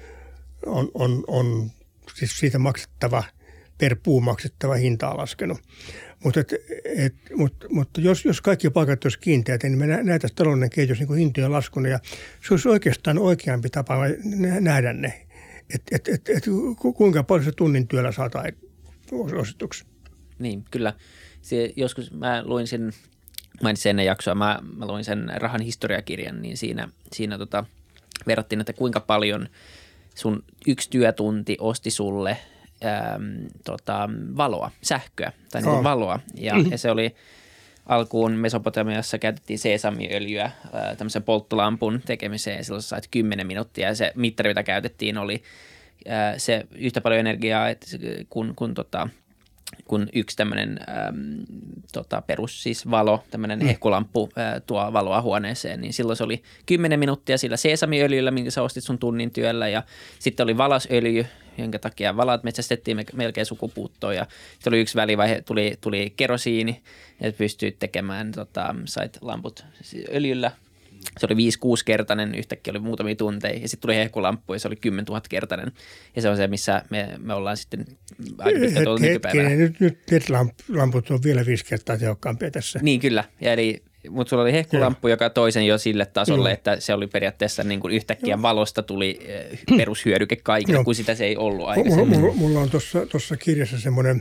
on, on, on siis siitä maksettava, per puu maksettava hinta on laskenut. Mutta, et, et, mutta, mutta jos, jos kaikki palkat olisi kiinteät, niin me näytäisiin taloudellinen kehitys niin kuin hintojen laskuna ja se olisi oikeastaan oikeampi tapa nähdä ne, että et, et, et, kuinka paljon se tunnin työllä saadaan osituksi. Niin, kyllä. Se, joskus mä luin sen, mainitsin ennen jaksoa, mä, mä luin sen rahan historiakirjan, niin siinä, siinä tota, verrattiin, että kuinka paljon sun yksi työtunti osti sulle äm, tota, valoa, sähköä tai niin kuin valoa. Ja, mm-hmm. ja se oli alkuun Mesopotamiassa käytettiin seesamiöljyä ää, tämmöisen polttolampun tekemiseen. Silloin sä sait kymmenen minuuttia ja se mittari, mitä käytettiin, oli ää, se yhtä paljon energiaa että, kun, kun, tota, kun yksi tämmöinen äm, tota, perus siis valo, tämmöinen mm. hehkulamppu ää, tuo valoa huoneeseen. Niin silloin se oli kymmenen minuuttia sillä seesamiöljyllä, minkä sä ostit sun tunnin työllä ja sitten oli valasöljy, jonka takia valat metsästettiin melkein sukupuuttoon ja sitten oli yksi välivaihe, tuli, tuli kerosiini, että pystyit tekemään, tota, sait lamput öljyllä. Se oli viisi kuusi kertainen, yhtäkkiä oli muutamia tunteja ja sitten tuli hehkulamppu ja se oli kymmenen tuhatta kertainen ja se on se, missä me, me ollaan sitten aika pitkälti tullut nykypäivänä. Nyt, nyt LED-lamput on vielä viisi kertaa tehokkaampia tässä. Niin kyllä, ja eli mutta sulla oli hehkulamppu, joka toisen jo sille tasolle, Joo. että se oli periaatteessa niin kuin yhtäkkiä Joo. valosta tuli perushyödyke kaikille, Joo. kun sitä se ei ollut aikaisemmin. Mulla, mulla on tuossa kirjassa semmoinen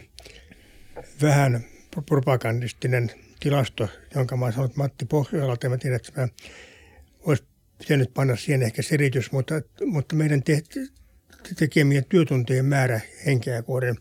vähän propagandistinen tilasto, jonka mä oon sanonut Matti Pohjolalta, ja mä tiedän, että mä olisi pitänyt panna siihen ehkä selitys, mutta, mutta meidän te- tekemien työtuntien määrä henkeä kohden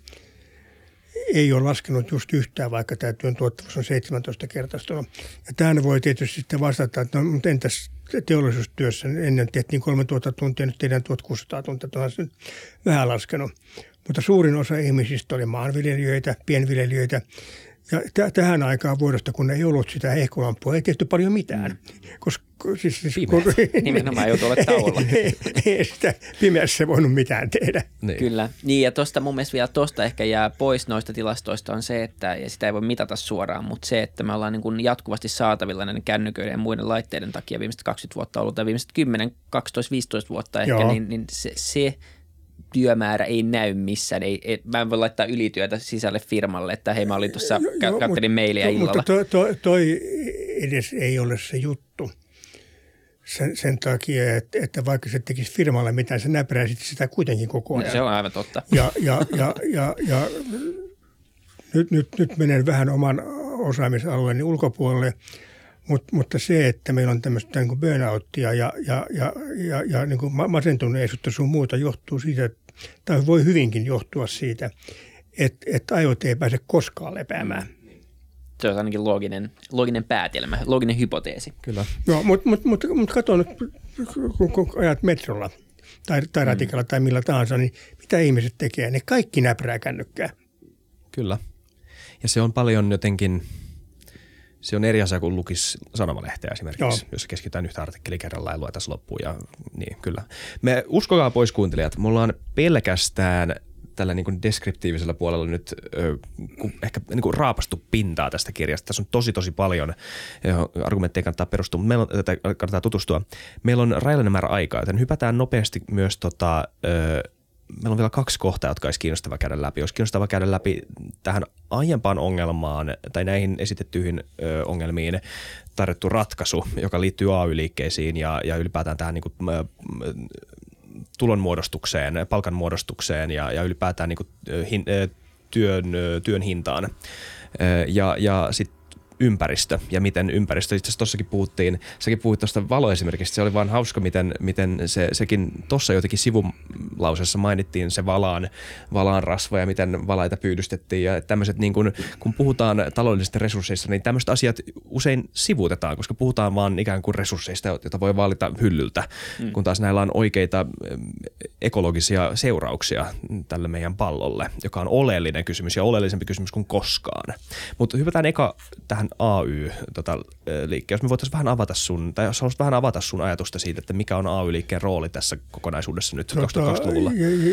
ei ole laskenut just yhtään, vaikka tämä työn tuottavuus on seitsemäntoista kertaistunut. Ja tähän voi tietysti sitten vastata, että no, mutta entäs teollisuustyössä ennen tehtiin kolmetuhatta tuntia, nyt tehdään tuhatkuusisataa tuntia, tuohan se vähän laskenut. Mutta suurin osa ihmisistä oli maanviljelijöitä, pienviljelijöitä. Ja t- tähän aikaan vuodesta, kun ei ollut sitä hehkulampua, ei tehty paljon mitään. Mm. Koska, siis, siis, kun, nimenomaan joutuu olla tauolla. ei, ei sitä pimeässä voinut mitään tehdä. Niin. Kyllä. Niin ja tuosta mun mielestä vielä tuosta ehkä jää pois noista tilastoista on se, että ja sitä ei voi mitata suoraan, mutta se, että me ollaan niin kuin jatkuvasti saatavilla näiden kännyköiden ja muiden laitteiden takia viimeiset kaksikymmentä vuotta ollut tai viimeiset kymmenen, kaksitoista, viisitoista vuotta ehkä, Joo. niin, niin se, se työmäärä ei näy missään. Ei, ei, mä en voi laittaa ylityötä sisälle firmalle, että hei mä olin tuossa, no, katselin mailia illalla. Mutta toi, toi, toi edes ei ole se juttu sen, sen takia, että, että vaikka se tekisi firmalle mitään, se näpräisit sitä kuitenkin koko ajan. Se on aivan totta. Ja, ja, ja, ja, ja nyt, nyt, nyt menen vähän oman osaamisalueeni ulkopuolelle, Mutta, mutta se, että meillä on tämmöistä niin kuin burnouttia ja, ja, ja, ja, ja niin kuin masentuneisuutta sun muuta johtuu siitä, tai voi hyvinkin johtua siitä, että, että aivot ei pääse koskaan lepäämään. Se on ainakin looginen, looginen päätelmä, looginen hypoteesi. Kyllä. No, mutta mut, mut, mut katso nyt, kun, kun ajat metrolla tai, tai ratikalla mm. tai millä tahansa, niin mitä ihmiset tekee? Ne kaikki näprää kännykkää. Kyllä. Ja se on paljon jotenkin... Se on eri asia kuin lukisi sanomalehteä esimerkiksi, Joo. jos keskitytään yhtä artikkeli kerrallaan ja luetaan loppuun. Ja, niin, kyllä. Me uskokaa pois kuuntelijat, me ollaan pelkästään tällä niin kuin deskriptiivisellä puolella nyt ö, ehkä niin kuin raapastu pintaa tästä kirjasta. Tässä on tosi tosi paljon argumentteja kannattaa perustua, mutta meillä on, tätä kannattaa tutustua. Meillä on rajallinen määrä aikaa, joten hypätään nopeasti myös tota, ö, meillä on vielä kaksi kohtaa, jotka olisi kiinnostava käydä läpi. Olisi kiinnostava käydä läpi tähän aiempaan ongelmaan tai näihin esitettyihin ö, ongelmiin tarjottu ratkaisu, joka liittyy A Y-liikkeisiin ja, ja ylipäätään tähän niin kuin, ö, tulonmuodostukseen, palkanmuodostukseen ja, ja ylipäätään niin kuin, hin, ö, työn, ö, työn hintaan. Ö, ja ja sitten ympäristö ja miten ympäristö, itse asiassa tossakin puhuttiin, säkin puhuit tuosta valoesimerkistä, se oli vaan hauska, miten, miten se, sekin tuossa jotenkin sivulauseessa mainittiin se valaan, valaan rasva ja miten valaita pyydystettiin ja tämmöiset niin kun, kun puhutaan taloudellisista resursseista, niin tämmöiset asiat usein sivuutetaan, koska puhutaan vaan ikään kuin resursseista, joita voi valita hyllyltä, mm. kun taas näillä on oikeita ekologisia seurauksia tälle meidän pallolle, joka on oleellinen kysymys ja oleellisempi kysymys kuin koskaan. Mutta hypätään eka tähän tähän A Y-liikkeen. Tota, jos me voitaisiin vähän avata sun, tai jos haluaisit vähän avata sun ajatusta siitä, että mikä on A Y-liikkeen rooli tässä kokonaisuudessa nyt tota, kaksituhattakaksikymmentäluvulla?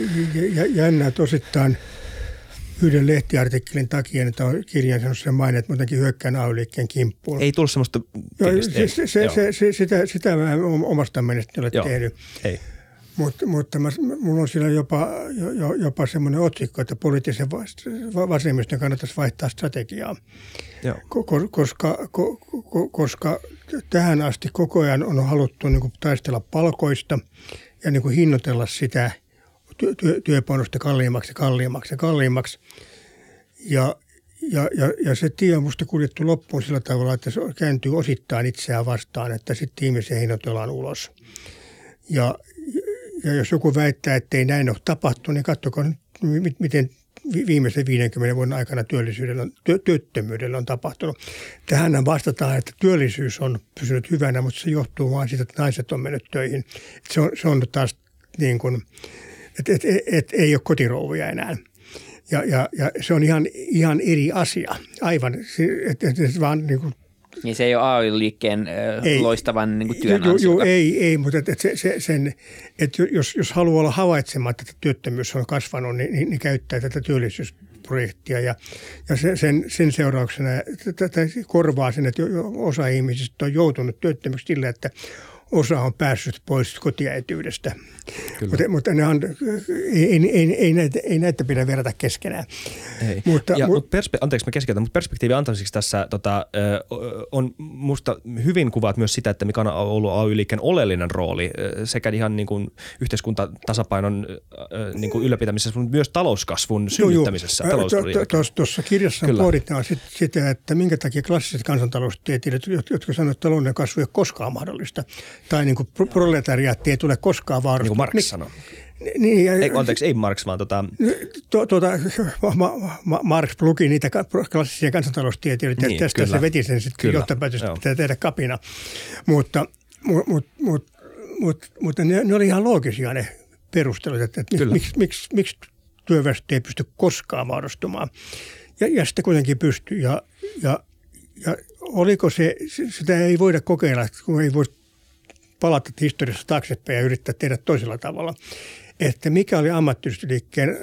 Jännää tosittain yhden lehtiartikkelin takia, että on kirjan sanonut sen maine, että muutenkin hyökkään A Y-liikkeen kimppuun. Ei tullut semmoista fiilistä. Se, se, se, se, se, sitä, sitä mä omasta mielestäni ole tehnyt. Ei. Mut, mutta mä, mulla on siellä jopa, jo, jopa semmoinen otsikko, että poliittisen vasemmiston kannattaisi vaihtaa strategiaa. Ko, koska, ko, ko, koska tähän asti koko ajan on haluttu niin kuin taistella palkoista ja niin kuin hinnoitella sitä työ, työpanosta kalliimmaksi ja kalliimmaksi ja kalliimmaksi. Ja, ja, ja, ja se tie on musta kuljettu loppuun sillä tavalla, että se kääntyy osittain itseään vastaan, että sitten ihmisiä hinnoitellaan ulos. Ja Ja jos joku väittää, että ei näin ole tapahtunut, niin katsokaa nyt, miten viimeisen viidenkymmenen vuoden aikana työllisyydellä, työ, työttömyydellä on tapahtunut. Tähän vastataan, että työllisyys on pysynyt hyvänä, mutta se johtuu vain siitä, että naiset on mennyt töihin. Se on, se on taas niin kuin, että et, et, et, ei ole kotirouvia enää. Ja, ja, ja se on ihan, ihan eri asia. Aivan, että et, et vaan niin kuin niin se ei ole A Y-liikkeen ei, loistavan niin kuin työn ansiota. Joo, ei, ei, mutta et, et se, se, sen, et jos, jos haluaa olla havaitsematta, että työttömyys on kasvanut, niin, niin, niin käyttää tätä työllisyysprojektia. Ja, ja se, sen, sen seurauksena tätä korvaa sen, että osa ihmisistä on joutunut työttömyksi sillä, että osa on päässyt pois kotiäityydestä. Mutta, mutta ne on, ei, ei, ei, näitä, ei näitä pidä verrata keskenään. Ei. Mutta, ja, mutta perspe- anteeksi, mä keskeytän, mutta perspektiivin antamiseksi tässä tota, on musta hyvin kuvaat myös sitä, että mikä on ollut A Y-liikkeen oleellinen rooli sekä ihan niin kuin yhteiskuntatasapainon niin kuin ylläpitämisessä, mutta myös talouskasvun synnyttämisessä. Tuossa kirjassa pohditaan sitä, että minkä takia klassiset kansantaloustieteilijät, jotka sanoo, että talouden kasvu ei ole koskaan mahdollista, tai niin kuin proletariaatti ei tule koskaan vaarasta. Niin kuin Marx sanoi. Niin, ei, anteeksi, ei Marx, vaan tota... To, tuota, ma, ma, Marx luki niitä klassisia kansantaloustieteilijöitä, niin, ja tästä kyllä. Se veti sen sitten johtopäätöstä, että pitää tehdä kapina. Mutta, mut, mut, mut, mut, mutta ne, ne oli ihan loogisia ne perustelut, että, että miksi, miksi, miksi työväestö ei pysty koskaan muodostumaan. Ja, ja sitten kuitenkin pystyi. Ja, ja, ja oliko se, sitä ei voida kokeilla, kun ei voi palata historiassa taaksepäin ja yrittää tehdä toisella tavalla. Että mikä oli ammattiyhdistysliikkeen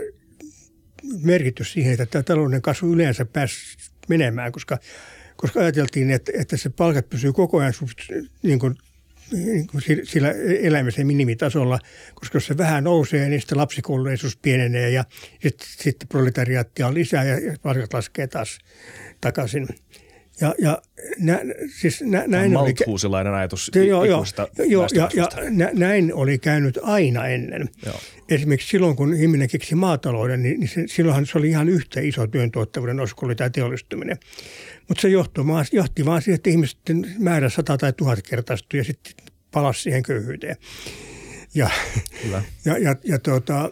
merkitys siihen, että tämä talouden kasvu yleensä pääsi menemään, koska, koska ajateltiin, että, että se palkat pysyy koko ajan niin kuin, niin kuin sillä elämisen minimitasolla, koska jos se vähän nousee, niin sitten lapsikuolleisuus pienenee ja sitten, sitten proletariaattia on lisää ja palkat laskee taas takaisin. Ja, ja nä, siis nä, näin oli Malthusilainen ajatus joo, joo, joo, ja, ja nä, näin oli käynyt aina ennen. Joo. Esimerkiksi silloin, kun ihminen keksi maatalouden, niin, niin se, silloinhan se oli ihan yhtä iso työn tuottavuuden osuus kuin tämä teollistuminen. Mutta se johti vaan, johti vaan siihen, että ihmisten määrä sata tai tuhat kertaistui ja sitten palasi siihen köyhyyteen. Ja, ja, ja, ja tuota,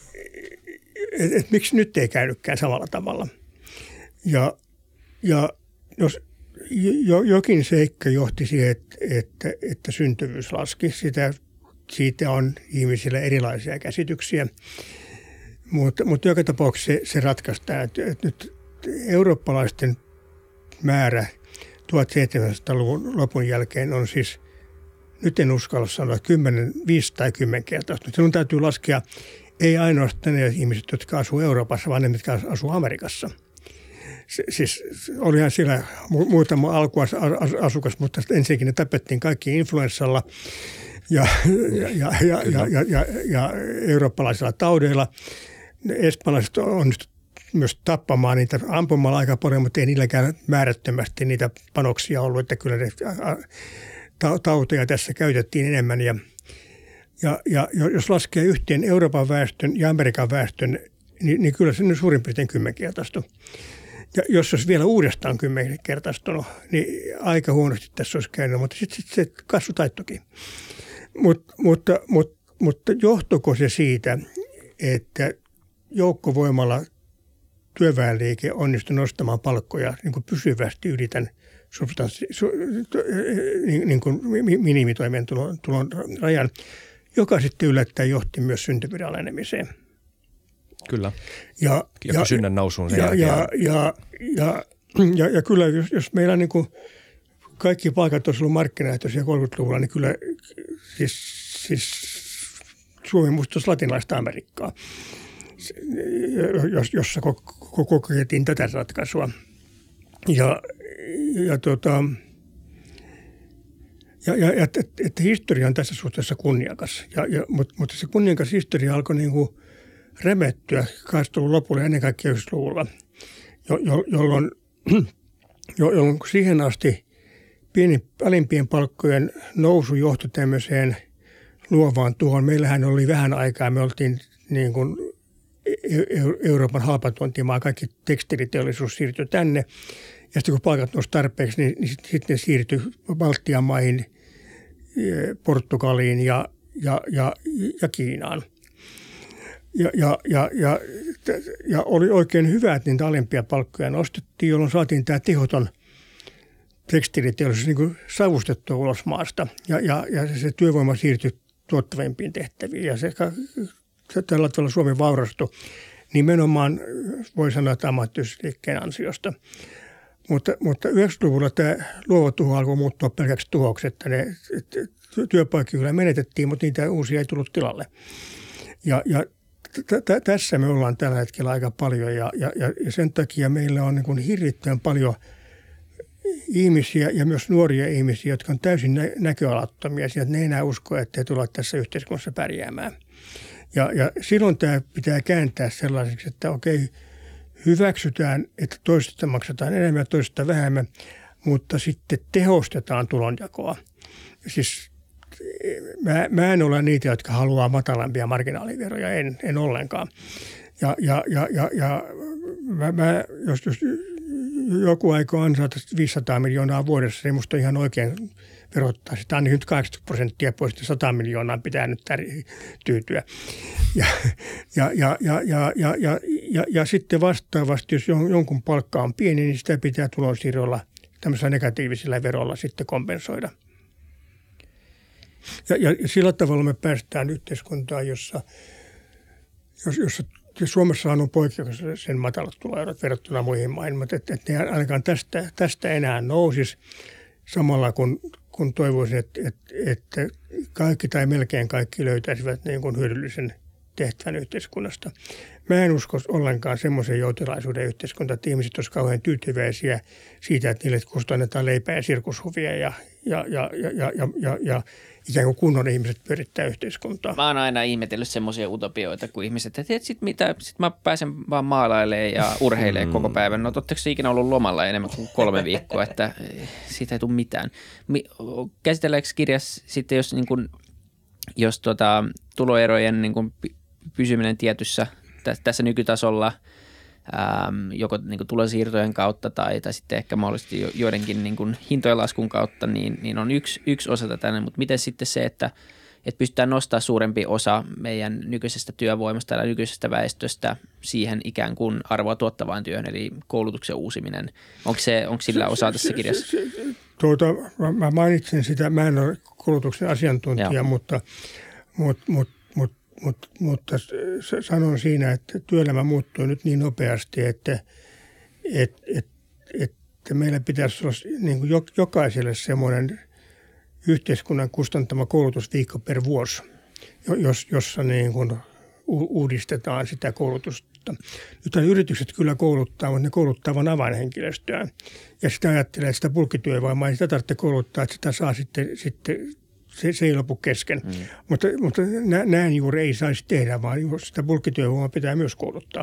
et, et miksi nyt ei käynytkään samalla tavalla? Ja, ja jos jokin seikka johti siihen, että, että, että syntyvyys laski, sitä, siitä on ihmisillä erilaisia käsityksiä, mutta, mutta joka tapauksessa se, se ratkaistaan, että, että nyt eurooppalaisten määrä tuhatseitsemänsataaluvun lopun jälkeen on siis, nyt en uskalla sanoa, kymmenen, viisi tai kymmenkertaista. Sinun täytyy laskea ei ainoastaan ne ihmiset, jotka asuu Euroopassa, vaan ne, jotka asuu Amerikassa. Siis olihan siellä muutama alkuasukas, mutta ensinnäkin ne tapettiin kaikki influenssalla ja, ja, ja, ja, ja, ja, ja, ja eurooppalaisilla taudeilla. Espanjalaiset onnistuivat myös tappamaan niitä ampumalla aika paljon, mutta ei niilläkään määrättömästi niitä panoksia ollut, että kyllä ne tauteja tässä käytettiin enemmän. Ja, ja, ja jos laskee yhteen Euroopan väestön ja Amerikan väestön, niin, niin kyllä se nyt suurin piirtein kymmenkertaistui. Ja jos olisi vielä uudestaan kymmenkertaistunut, niin aika huonosti tässä olisi käynyt, mutta sitten sit se kasvu taittokin. Mut, mutta, mutta, mutta johtuiko se siitä, että joukkovoimalla työväenliike onnistui nostamaan palkkoja niin kuin pysyvästi yli tämän substanssi, su, niin, niin kuin minimitoimeentulon tulon rajan, joka sitten yllättäen johti myös syntyvyyden alenemiseen. Kyllä. Ja, ja kysynnän nousuun sen ja, jälkeen. Ja, ja, ja, ja, ja kyllä, jos, jos meillä niin kuin kaikki paikat olisi ollut markkinaehtoisia kolmekymmentäluvulla, niin kyllä siis, siis Suomi muistuisi latinalaista Amerikkaa, jossa kokeiltiin tätä ratkaisua. Ja, ja, tota, ja, ja että et historia on tässä suhteessa kunniakas, ja, ja, mutta, mutta se kunniakas historia alkoi niin kuin remettyä kahdeksankymmentäluvun lopulla ennen kaikkea yhdeksänkymmentäluvulla, jo, jo, jolloin, jo, jolloin siihen asti pieni, alimpien palkkojen nousu johtui tämmöiseen luovaan tuohon. Meillähän oli vähän aikaa, me oltiin niin kuin Euroopan halpatuontimaa, kaikki tekstiiliteollisuus siirtyi tänne. Ja sitten kun palkat nousi tarpeeksi, niin, niin sitten ne siirtyi Baltian maihin, Portugaliin ja, ja, ja, ja Kiinaan. Ja, ja, ja, ja, ja oli oikein hyvä, että niitä alempia palkkoja nostettiin, jolloin saatiin tämä tehoton tekstiiliteollisuus niin kuin savustettua ulos maasta. Ja, ja, ja se työvoima siirtyi tuottavimpiin tehtäviin. Ja se, se tällä tavalla Suomi vaurastui nimenomaan, voi sanoa, että ammattiyhdistysliikkeen ansiosta. Mutta, mutta yhdeksänkymmentäluvulla tämä luova tuho alkoi muuttua pelkäksi tuhoksi, että ne työpaikkoja kyllä menetettiin, mutta niitä uusia ei tullut tilalle. Ja, ja t- t- tässä me ollaan tällä hetkellä aika paljon ja, ja, ja sen takia meillä on niin kuin hirvittävän paljon ihmisiä ja myös nuoria ihmisiä, jotka on täysin nä- näköalattomia, että ne ei enää usko, että he tulevat tässä yhteiskunnassa pärjäämään. Ja, ja silloin tämä pitää kääntää sellaiseksi, että okei, hyväksytään, että toisesta maksetaan enemmän ja toisesta vähemmän, mutta sitten tehostetaan tulonjakoa. Siis mä, mä en ole niitä, jotka haluaa matalampia marginaaliveroja, en, en ollenkaan. Ja, ja, ja, ja, ja mä, mä, jos, jos joku aikoo ansaita viisisataa miljoonaa vuodessa, niin musta on ihan oikein verottaa sitä. On nyt kahdeksankymmentä prosenttia pois, sata miljoonaa pitää nyt tyytyä. Ja, ja, ja, ja, ja, ja, ja, ja, ja sitten vastaavasti, jos jonkun palkka on pieni, niin sitä pitää tulonsiirrolla, tämmöisellä negatiivisella verolla sitten kompensoida. Ja, ja sillä tavalla me päästään yhteiskuntaan, jossa, jossa Suomessa on poikkeuksellisen matalat tuloerot verrattuna muihin maihin, mutta että et ne ainakaan tästä, tästä enää nousisi samalla kun, kun toivoisin, että, että, että kaikki tai melkein kaikki löytäisivät niin kuin hyödyllisen tehtävän yhteiskunnasta. Mä en usko ollenkaan semmoisen joutilaisuuden yhteiskunta, että ihmiset olisivat kauhean tyytyväisiä siitä, että niille kustannetaan leipää ja sirkushuvia ja, ja, ja, ja, ja, ja, ja ikään kuin kunnon ihmiset pyörittää yhteiskuntaa. Mä oon aina ihmetellyt semmoisia utopioita, kun ihmiset, että sit mitä, sit mä pääsen vaan maalailemaan ja urheilemaan mm. koko päivän. No totteko se ikinä ollut lomalla enemmän kuin kolme viikkoa, että siitä ei tule mitään. Käsitelläänkö kirjassa sitten, jos, niin kun, jos tota, tuloerojen niin kun pysyminen tietyssä tässä nykytasolla, äm, joko niin kuin tulonsiirtojen kautta tai, tai sitten ehkä mahdollisesti joidenkin niin kuin hintojen laskun kautta, niin, niin on yksi, yksi osa tätä. Mutta miten sitten se, että, että pystytään nostamaan suurempi osa meidän nykyisestä työvoimasta ja nykyisestä väestöstä siihen ikään kuin arvoa tuottavaan työhön, eli koulutuksen uusiminen. Onko, se, onko sillä osa tässä kirjassa? Se, se, se, tuota, mä mainitsin sitä, mä en ole koulutuksen asiantuntija, Joo. mutta, mutta, mutta Mut, mutta sanon siinä, että työelämä muuttuu nyt niin nopeasti, että, että, että, että meillä pitäisi olla niin kuin jokaiselle semmoinen yhteiskunnan kustantama koulutusviikko per vuosi, jossa niin kuin uudistetaan sitä koulutusta. Nythän yritykset kyllä kouluttaa, mutta ne kouluttaa vain avainhenkilöstöä. Ja sitä ajattelee, että sitä bulkkityövoimaa ei sitä tarvitse kouluttaa, että sitä saa sitten, sitten Se, se ei lopu kesken, mm. mutta, mutta näin juuri ei saisi tehdä, vaan sitä bulkkityövoimaa pitää myös kouluttaa.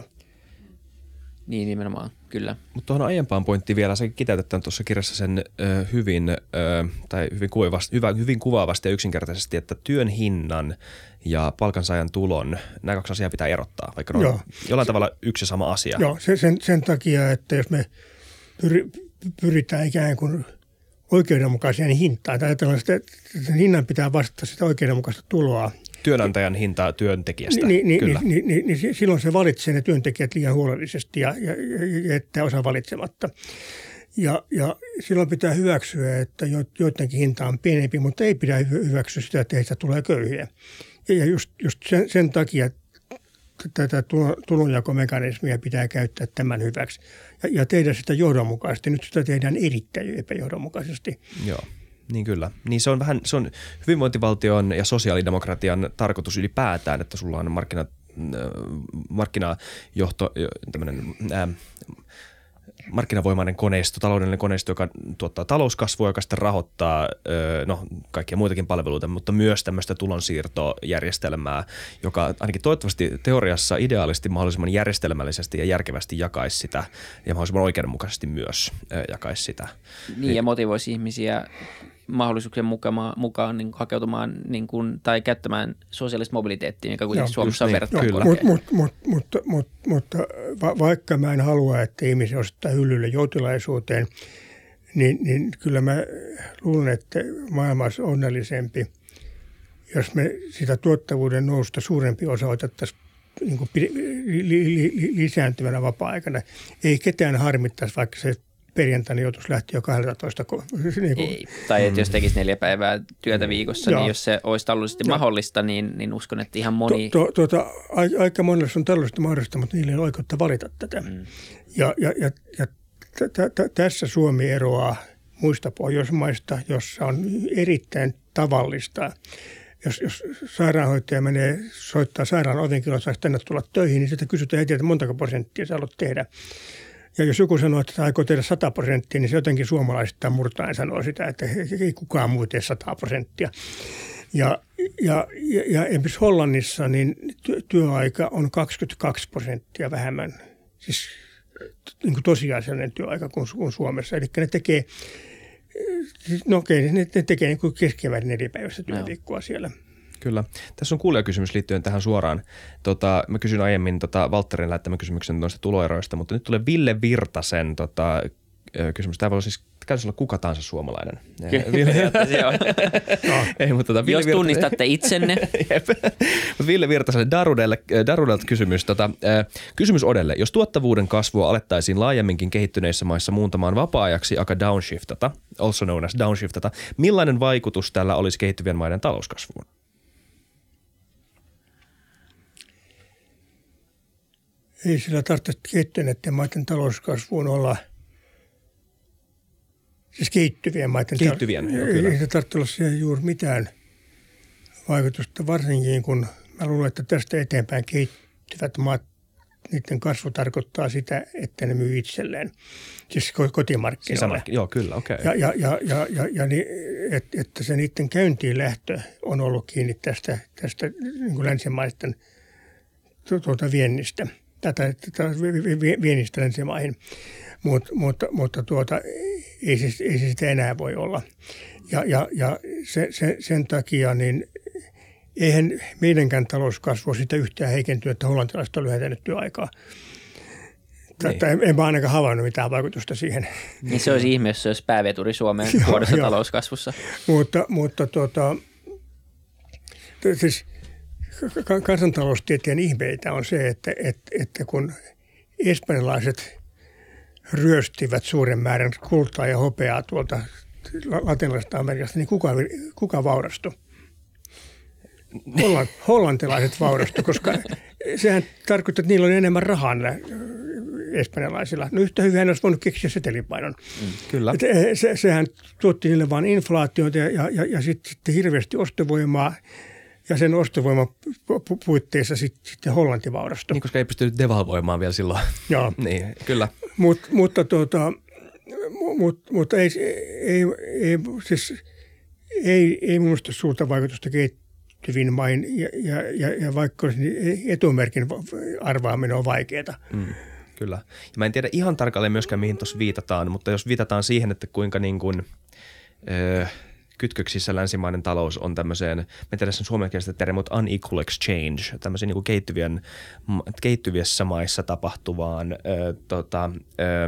Niin nimenomaan, kyllä. Mutta tuohon aiempaan pointtiin vielä, se kiteytetään tuossa kirjassa sen ö, hyvin, ö, tai hyvin kuvaavasti, hyvä, hyvin kuvaavasti ja yksinkertaisesti, että työn hinnan ja palkansaajan tulon, nämä kaksi asiaa pitää erottaa, vaikka ne on jollain tavalla yksi ja sama asia. Joo, sen, sen takia, että jos me pyri, pyritään ikään kuin oikeudenmukaiseen hintaan. Tai ajatellaan, että sen hinnan pitää vastata sitä oikeudenmukaista tuloa. Työnantajan hintaa työntekijästä, ni, ni, kyllä. Ni, ni, ni, silloin se valitsee ne työntekijät liian huolellisesti ja, ja, ja jättää osa valitsematta. Ja, ja silloin pitää hyväksyä, että joidenkin hinta on pienempi, mutta ei pidä hyväksyä sitä, että heistä tulee köyhiä. Ja just, just sen, sen takia tätä tulonjakomekanismia pitää käyttää tämän hyväksi ja, ja tehdä sitä johdonmukaisesti. Nyt sitä tehdään erittäin epäjohdonmukaisesti. Joo. Niin kyllä. Niin se on vähän, se on hyvinvointivaltion ja sosiaalidemokratian tarkoitus ylipäätään, että sulla on markkina, markkinajohto, tämmöinen ää, markkinavoimainen koneisto, taloudellinen koneisto, joka tuottaa talouskasvua, joka sitten rahoittaa no, kaikkia muitakin palveluita, mutta myös tämmöistä tulonsiirtojärjestelmää, joka ainakin toivottavasti teoriassa ideaalisesti mahdollisimman järjestelmällisesti ja järkevästi jakaisi sitä ja mahdollisimman oikeudenmukaisesti myös jakaisi sitä. Niin ja motivoisi ihmisiä mahdollisuuksien mukaan, mukaan niin hakeutumaan niin kuin, tai käyttämään sosiaalista mobiliteettia, mikä kuitenkin Suomessa on niin, verrattuna korkea. Mutta mut, mut, mut, mut, mut, va, vaikka mä en halua, että ihmisiä ostaa hyllylle joutilaisuuteen, niin, niin kyllä mä luulen, että maailma olisi onnellisempi, jos me sitä tuottavuuden noususta suurempi osa otettaisiin niin kuin li, li, li, lisääntyvänä vapaa-aikana. Ei ketään harmittaisi, vaikka se perjantaina joutuisi lähteä jo kaksitoista. Niin Ei. Tai että jos tekisi neljä päivää työtä viikossa, mm. niin jos se olisi taloudellisesti ja. mahdollista, niin, niin uskon, että ihan moni... To, to, tuota, aika monelle se on taloudellisesti mahdollista, mutta niillä ei ole oikeutta valita tätä. Mm. Ja, ja, ja, ja t- t- tässä Suomi eroaa muista Pohjoismaista, jossa on erittäin tavallista. Jos, jos sairaanhoitaja menee soittaa sairaan ovenkiloon, saisi tänne tulla töihin, niin sitä kysytään heti, että montako prosenttia sä haluat tehdä. Ja jos joku sanoo, että aikoo tehdä sata prosenttia, niin se jotenkin suomalaisittain murtaen sanoo sitä, että ei kukaan muu tee sata prosenttia. Ja, ja, ja, ja esimerkiksi Hollannissa niin työ, työaika on kaksikymmentäkaksi prosenttia vähemmän, siis niin kuin tosiasiallinen työaika kuin, kuin Suomessa. Eli ne tekee, no okei, ne, ne tekee niin kuin keskimäärin nelipäiväistä työviikkoa siellä. Kyllä. Tässä on kuulijakysymys liittyen tähän suoraan. Tota, mä kysyin aiemmin tota, Valtterin lähettämän kysymyksen noista tuloeroista, mutta nyt tulee Ville Virtasen tota, kysymys. Tämä voi siis käytössä olla kuka tahansa suomalainen. Kyllä, se on. No. Ei, mutta tota, Ville Jos Virta... tunnistatte itsenne. Mutta Ville Virtaselle Darudelta kysymys. Tota, äh, kysymys Odelle. Jos tuottavuuden kasvua alettaisiin laajemminkin kehittyneissä maissa muuntamaan vapaa-ajaksi aka downshiftata, also known as downshiftata, millainen vaikutus tällä olisi kehittyvien maiden talouskasvuun? Ei sillä tarvitse kehittyneiden maiden talouskasvuun olla, siis kehittyvien maiden. Kehittyvien, tar- joo, kyllä. Ei se tarvitse olla siihen juuri mitään vaikutusta, varsinkin kun mä luulen, että tästä eteenpäin kehittyvät maat, niiden kasvu tarkoittaa sitä, että ne myy itselleen, siis kotimarkkinoille. Joo, kyllä, okei. Okay. Ja, ja, ja, ja, ja, ja niin, et, että se niiden käyntiin lähtö on ollut kiinni tästä, tästä niin kuin länsimaisten tu, tuota viennistä. Tätä, tätä viennistä länsimaihin, Mut, mutta, mutta tuota, ei, se, ei se sitä enää voi olla. Ja, ja, ja se, se, sen takia niin eihän meidänkään talouskasvu ole sitä yhtään heikentynyt, että hollantilaiset on lyhentänyt työaikaa. Niin. Tai en mä ainakaan havainnut mitään vaikutusta siihen. Niin se olisi ihme, jos se olisi pääveturi Suomen vuodessa talouskasvussa. Mutta, mutta tuota, siis kansantaloustieteen ihmeitä on se, että, että, että kun espanjalaiset ryöstivät suuren määrän kultaa ja hopeaa tuolta latinalaisesta Amerikasta, niin kuka, kuka vaurastui? Hollant, hollantilaiset vaurastu, koska sehän tarkoittaa, että niillä on enemmän rahaa espanjalaisilla. No yhtä hyvin hän olisi voinut keksiä setelipainon. Mm, kyllä. Et se, sehän tuotti niille vain inflaatiota ja, ja, ja, ja sitten sit hirveästi ostovoimaa. Ja sen ostovoiman puitteissa sitten sit Hollanti vaurastui. Niin, koska ei pystynyt devalvoimaan vielä silloin. Joo. Niin, kyllä. Mut, mutta tuota, mut, mutta ei, ei, ei, siis ei, ei minusta suurta vaikutusta kehittyviin maihin ja, ja, ja, ja vaikka niin etumerkin arvaaminen on vaikeaa. Mm, kyllä. Ja mä en tiedä ihan tarkalleen myöskään, mihin tuossa viitataan, mutta jos viitataan siihen, että kuinka niin kuin, öö, kytköksissä länsimainen talous on tämmöiseen, mä en tiedä sen suomenkielistä termiä, mutta unequal exchange, tämmöisen niin kuin kehittyvien, kehittyvissä maissa tapahtuvaan ö, tota, ö,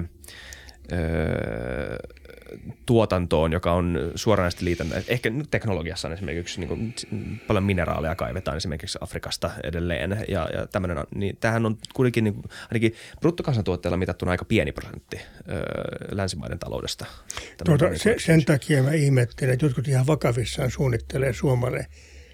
ö, tuotantoon, joka on suoranaisesti liitännä. Ehkä nyt teknologiassa on esimerkiksi niin kuin, paljon mineraaleja kaivetaan esimerkiksi Afrikasta edelleen ja, ja tämmöinen, niin tämähän on kuitenkin niin kuin, ainakin bruttokansantuotteella mitattuna aika pieni prosentti öö, länsimaiden taloudesta. Tuota, se, sen takia mä ihmettelen, että jotkut ihan vakavissaan suunnittelee Suomelle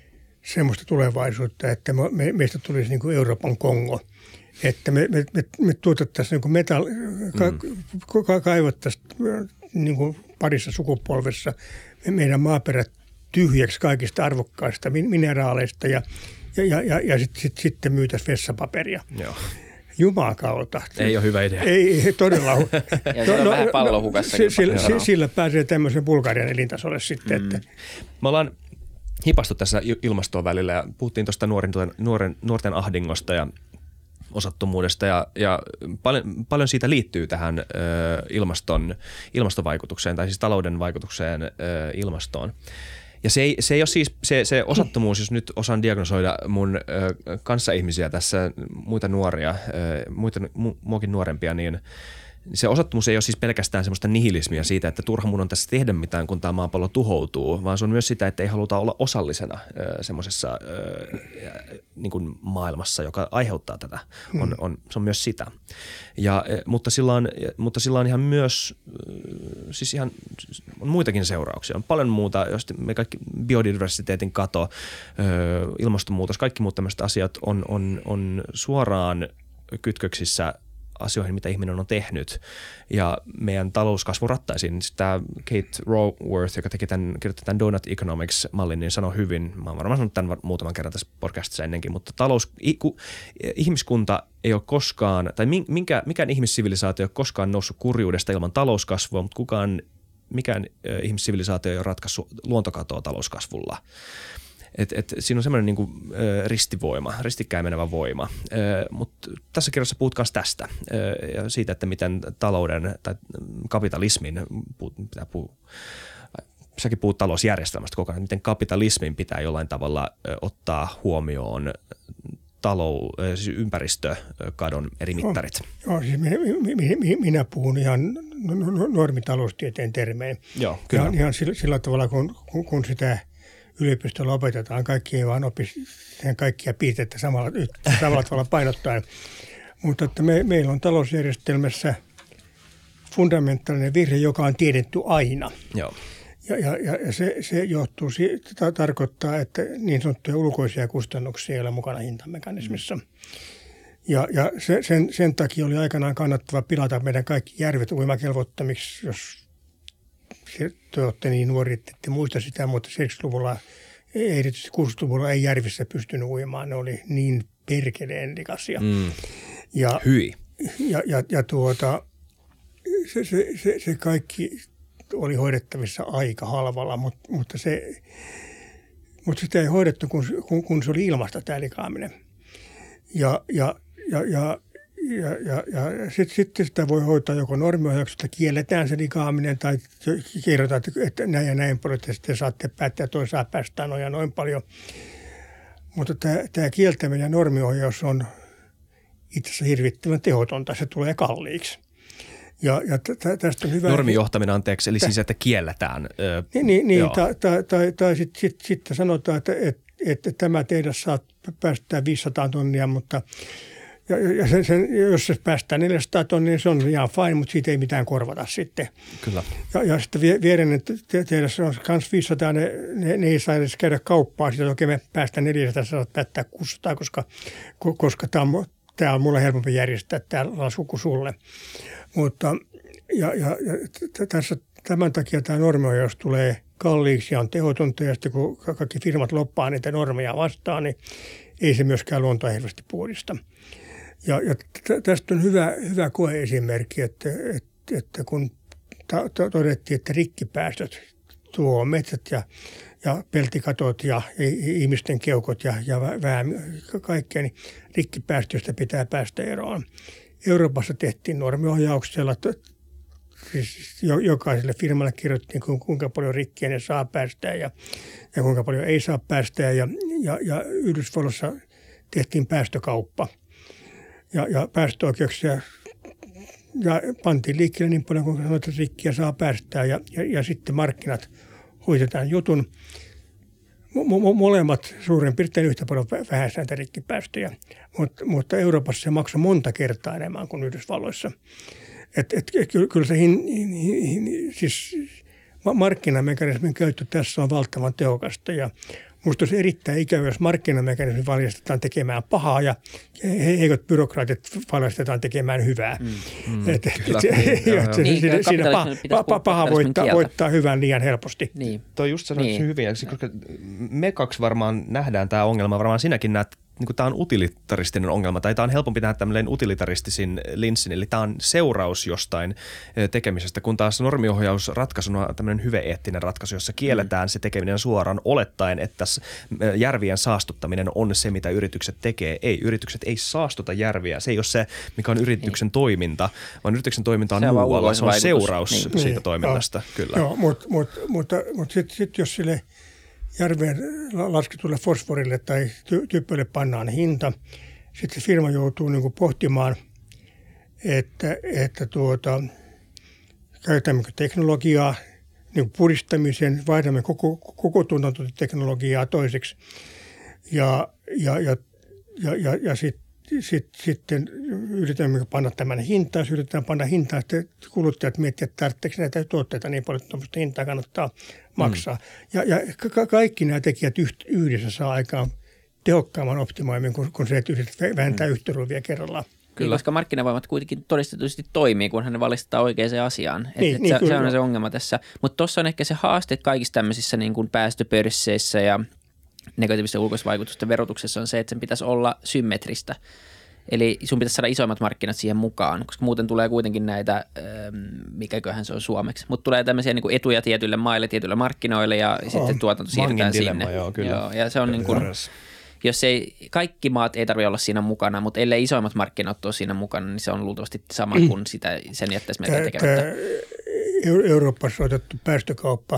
semmoista tulevaisuutta, että me, meistä tulisi niin kuin Euroopan Kongo. Että me, me, me, me tuotettaisiin niin metal, ka, mm. ka, kaivattaisiin niin kuin parissa sukupolvessa meidän maaperät tyhjäksi kaikista arvokkaista mineraaleista ja, ja, ja, ja, ja sitten sit, sit myytäisiin vessapaperia. Joo. Jumakauta. Ei ole hyvä idea. Ei, ei todella. Ja se on no, vähän pallohukassa. No, sillä, sillä, sillä pääsee tämmöisen Bulgarian elintasolle sitten. Mm. Että. Me ollaan hipastu tässä ilmastoon välillä ja puhuttiin tuosta nuoren, nuoren, nuorten ahdingosta ja osattomuudesta ja, ja paljon, paljon siitä liittyy tähän ö, ilmaston, ilmastovaikutukseen tai siis talouden vaikutukseen ö, ilmastoon. Ja se ei, se ei ole siis, se, se osattomuus, jos nyt osaan diagnosoida mun ö, kanssaihmisiä tässä, muita nuoria, ö, muita, mu, muakin nuorempia, niin se osattomuus ei ole siis pelkästään semmoista nihilismiä siitä, että turha mun on tässä tehdä mitään, kun tämä maapallo tuhoutuu, vaan se on myös sitä, että ei haluta olla osallisena ö, semmoisessa ö, niin kuin maailmassa, joka aiheuttaa tätä. On, on, se on myös sitä. Ja, mutta, sillä on, mutta sillä on ihan myös, siis ihan on muitakin seurauksia. On paljon muuta, josta me kaikki biodiversiteetin kato, ö, ilmastonmuutos, kaikki muut tämmöiset asiat on, on, on suoraan kytköksissä asioihin, mitä ihminen on tehnyt. Ja meidän talouskasvun rattaisiin, tämä Kate Raworth, joka teki tämän, kirjoitti tämän Donut Economics-mallin, niin sanoi hyvin, mä oon varmaan sanonut tämän muutaman kerran tässä podcastissa ennenkin, mutta talous, ihmiskunta ei ole koskaan, tai minkä, mikään ihmissivilisaatio ei ole koskaan noussut kurjuudesta ilman talouskasvua, mutta kukaan, mikään ihmissivilisaatio ei ole ratkaissut luontokatoa talouskasvulla. Et, et, siinä on semmoinen niinku, ö, ristivoima, ristikkäin menevä voima, mutta tässä kirjassa puhut myös tästä ö, ja siitä, että miten talouden tai kapitalismin, puhut, pitää puhua, säkin puhut talousjärjestelmästä koko ajan, miten kapitalismin pitää jollain tavalla ö, ottaa huomioon talou, ö, siis ympäristökadon eri mittarit. Joo, siis minä, minä, minä puhun ihan normitaloustieteen termein. Joo, kyllä. Ihan, ihan sillä, sillä tavalla, kun, kun, kun sitä yliopistolla opetetaan, kaikki ei vaan opi kaikkia piirteitä samalla, samalla tavalla painottaen. Mutta että me, meillä on talousjärjestelmässä fundamentaalinen virhe, joka on tiedetty aina. Joo. Ja, ja, ja se, se johtuu, sitä tarkoittaa, että niin sanottuja ulkoisia kustannuksia ei ole mukana hintamekanismissa. Ja, ja se, sen, sen takia oli aikanaan kannattava pilata meidän kaikki järvet uimakelvottomiksi, jos te olette niin nuori, että ette muista sitä, mutta seitsemänkymmentäluvulla, erityisesti kuusikymmentäluvulla ei järvissä pystynyt uimaan. Ne oli niin perkeleen likaisia. Mm. Ja, Hyi. Ja, ja, ja tuota, se, se, se, se kaikki oli hoidettavissa aika halvalla, mutta, mutta, se, mutta sitä ei hoidettu, kun, kun, kun se oli ilmasta tämä likaaminen. Ja, ja, ja, ja Ja, ja, ja sitten sit sitä voi hoitaa joko normiohjauksesta, kielletään se likaaminen tai kerrotaan, että näin ja näin paljon, että sitten saatte päättää, että toi saa päästää noin ja noin paljon. Mutta tämä, tämä kieltäminen ja normiohjaus on itse asiassa hirvittävän tehotonta, se tulee kalliiksi. Ja, ja t- tästä on hyvä... Normijohtaminen, anteeksi, eli tä- siis, että kielletään. Öö, niin, niin, niin tai, tai, tai, tai sitten sit, sit sanotaan, että, että, että tämä tehdas saa päästää viisisataa tonnia, mutta... Ja, ja sen, sen, jos se päästään neljäsataa tonnia, niin se on ihan fine, mutta siitä ei mitään korvata sitten. Kyllä. Ja, ja sitten viereinen tehdas on myös viisisataa, ne, ne, ne ei saa edes käydä kauppaan. Sitten oikein me päästään neljäsataa, saat päättää kuusisataa, koska, koska tämä on, tämä on mulle helpompi järjestää tämä lasku kuin sulle. Mutta ja, ja, ja tässä, tämän takia tämä normiohjaus tulee kalliiksi ja on tehotonta. Ja sitten kun kaikki firmat loppaa niitä normeja vastaan, niin ei se myöskään luontoa helposti puolista. Ja, ja tästä on hyvä, hyvä koeesimerkki, että, että, että kun ta, ta, todettiin, että rikkipäästöt tuo metsät ja, ja peltikatot ja ihmisten keukot ja, ja vähän kaikkea, niin rikkipäästöistä pitää päästä eroon. Euroopassa tehtiin normiohjauksella, siis jokaiselle firmalle kirjoitettiin, kuinka paljon rikkiä ne saa päästää ja, ja kuinka paljon ei saa päästää. Ja, ja, ja Yhdysvalloissa tehtiin päästökauppa. Ja, ja päästöoikeuksia ja pantiin liikkeelle niin paljon, kun sanotaan, että rikkiä saa päästää ja, ja, ja sitten markkinat hoitetaan jutun. Mo- molemmat suurin piirtein yhtä paljon vähäistä näitä rikkipäästöjä, Mut, mutta Euroopassa se maksoi monta kertaa enemmän kuin Yhdysvalloissa. Et, et, et, kyllä se hin, hin, hin, siis markkinamekanismin käyttö tässä on valtavan tehokasta ja Musta olisi erittäin ikävä, jos markkinamekanismi valjastetaan tekemään pahaa ja heikot byrokraatit valjastetaan tekemään hyvää. Mm. Mm. Et, et, Kyllä, se, niin, joo, joo. siinä Niin, siinä paha, paha, paha voittaa, voittaa hyvän liian helposti. Niin. Toi just sanoit Niin. hyvin, koska me kaksi varmaan nähdään tämä ongelma, varmaan sinäkin näet, niin tämä on utilitaristinen ongelma, tai tämä on helpompi nähdä tämmöinen utilitaristisin linssin, eli tämä on seuraus jostain tekemisestä, kun taas normiohjausratkaisuna on tämmöinen hyveeettinen ratkaisu, jossa kielletään mm. se tekeminen suoraan olettaen, että järvien saastuttaminen on se, mitä yritykset tekee. Ei, yritykset ei saastuta järviä, se ei ole se, mikä on yrityksen ei. toiminta, vaan yrityksen toiminta on se muualla, se on seuraus niin. siitä niin. toiminnasta, joo. kyllä. Joo, mutta mut, mut, mut sitten sit, jos sille järveen lasketulle fosforille tai ty- typpölle pannaan hinta. Sitten firma joutuu niin kuin pohtimaan, että, että tuota, käytämmekö teknologiaa niin kuin puristamisen, vaihdamme koko, koko tuotantoteknologiaa toiseksi. Ja, ja, ja, ja, ja, ja sitten sit, sitten yritämme panna tämän hintaan. Jos yritetään panna hintaa, sitten kuluttajat miettivät, että tarvitseeko näitä tuotteita niin paljon, että tuommoista hintaa kannattaa maksaa. Mm. Ja, ja ka- kaikki nämä tekijät yhdessä saa aikaan tehokkaamman optimoimin kuin, kuin se, että yritetään vääntää mm. yhtä ruuvia kerrallaan. Kyllä, koska markkinavoimat kuitenkin todistetusti toimii, kunhan ne valistetaan oikeaan asiaan. Et, niin, et niin, se, se on se ongelma tässä. Mutta tuossa on ehkä se haaste kaikissa tämmöisissä niin kuin päästöpörsseissä ja negatiivisten ulkoisvaikutusten verotuksessa on se, että sen pitäisi olla symmetristä. Eli sun pitäisi saada isoimmat markkinat siihen mukaan, koska muuten tulee kuitenkin näitä, mikäköhän se on suomeksi, mutta tulee tämmöisiä niin kuin etuja tietyille maille, tietyille markkinoille ja oh, sitten tuotanto siirretään sinne. Joo, kyllä. Joo, ja se on niin kuin, jos ei, kaikki maat ei tarvitse olla siinä mukana, mutta ellei isoimmat markkinat ole siinä mukana, niin se on luultavasti sama kuin sitä, sen jättäisi melkein tekemättä. Euroopassa otettu päästökauppa,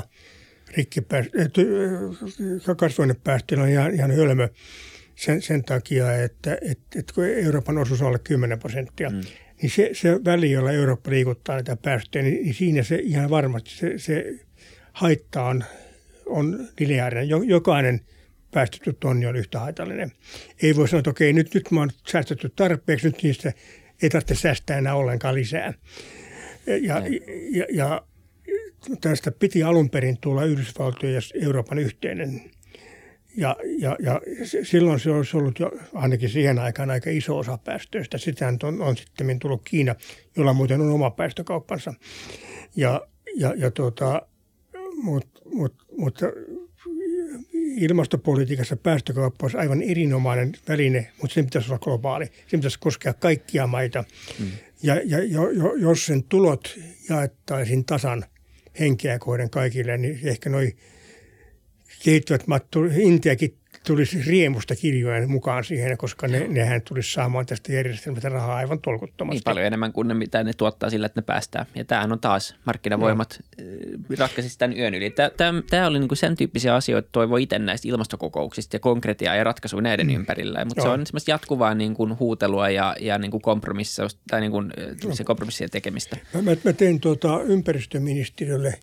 kasvihuonepäästöillä on ihan, ihan hölmö sen, sen takia, että, että, että kun Euroopan osuus on alle kymmenen prosenttia, mm. niin se, se väli, jolla Eurooppa liikuttaa näitä päästöjä, niin, niin siinä se ihan varmasti se, se haitta on, on lineaarinen. Jokainen päästetty tonni on yhtä haitallinen. Ei voi sanoa, että okei, nyt, nyt mä oon säästetty tarpeeksi, nyt niistä ei tarvitse säästää enää ollenkaan lisää. Ja, ja, ja, ja tästä piti alun perin tulla Yhdysvaltojen ja Euroopan yhteinen. Ja, ja, ja silloin se olisi ollut jo ainakin siihen aikaan aika iso osa päästöistä. Sitähän on, on sitten tullut Kiina, jolla muuten on oma päästökauppansa. Ja, ja, ja tuota, mutta mut, mut, ilmastopolitiikassa päästökauppa olisi aivan erinomainen väline, mutta sen pitäisi olla globaali. Sen pitäisi koskea kaikkia maita. Mm. Ja, ja jo, jo, jos sen tulot jaettaisiin tasan henkeä kohden kaikille, niin ehkä noi kehittyvät maat, Intiakin tulisi riemusta kirjojen mukaan siihen, koska ne, nehän tulisi saamaan tästä järjestelmästä rahaa aivan tolkuttomasti. Niin paljon enemmän kuin ne, mitä ne tuottaa sillä, että ne päästään. Ja tämähän on taas markkinavoimat no. ratkaisi tämän yön yli. Tämä, tämä oli niin kuin sen tyyppisiä asioita, toivoi itse näistä ilmastokokouksista ja konkretiaa ja ratkaisuja näiden mm. ympärillä. Mutta se on semmoista jatkuvaa niin kuin huutelua ja, ja niin kuin kompromissia tai niin kuin se kompromissien tekemistä. Mä, mä, mä tein tuota ympäristöministeriölle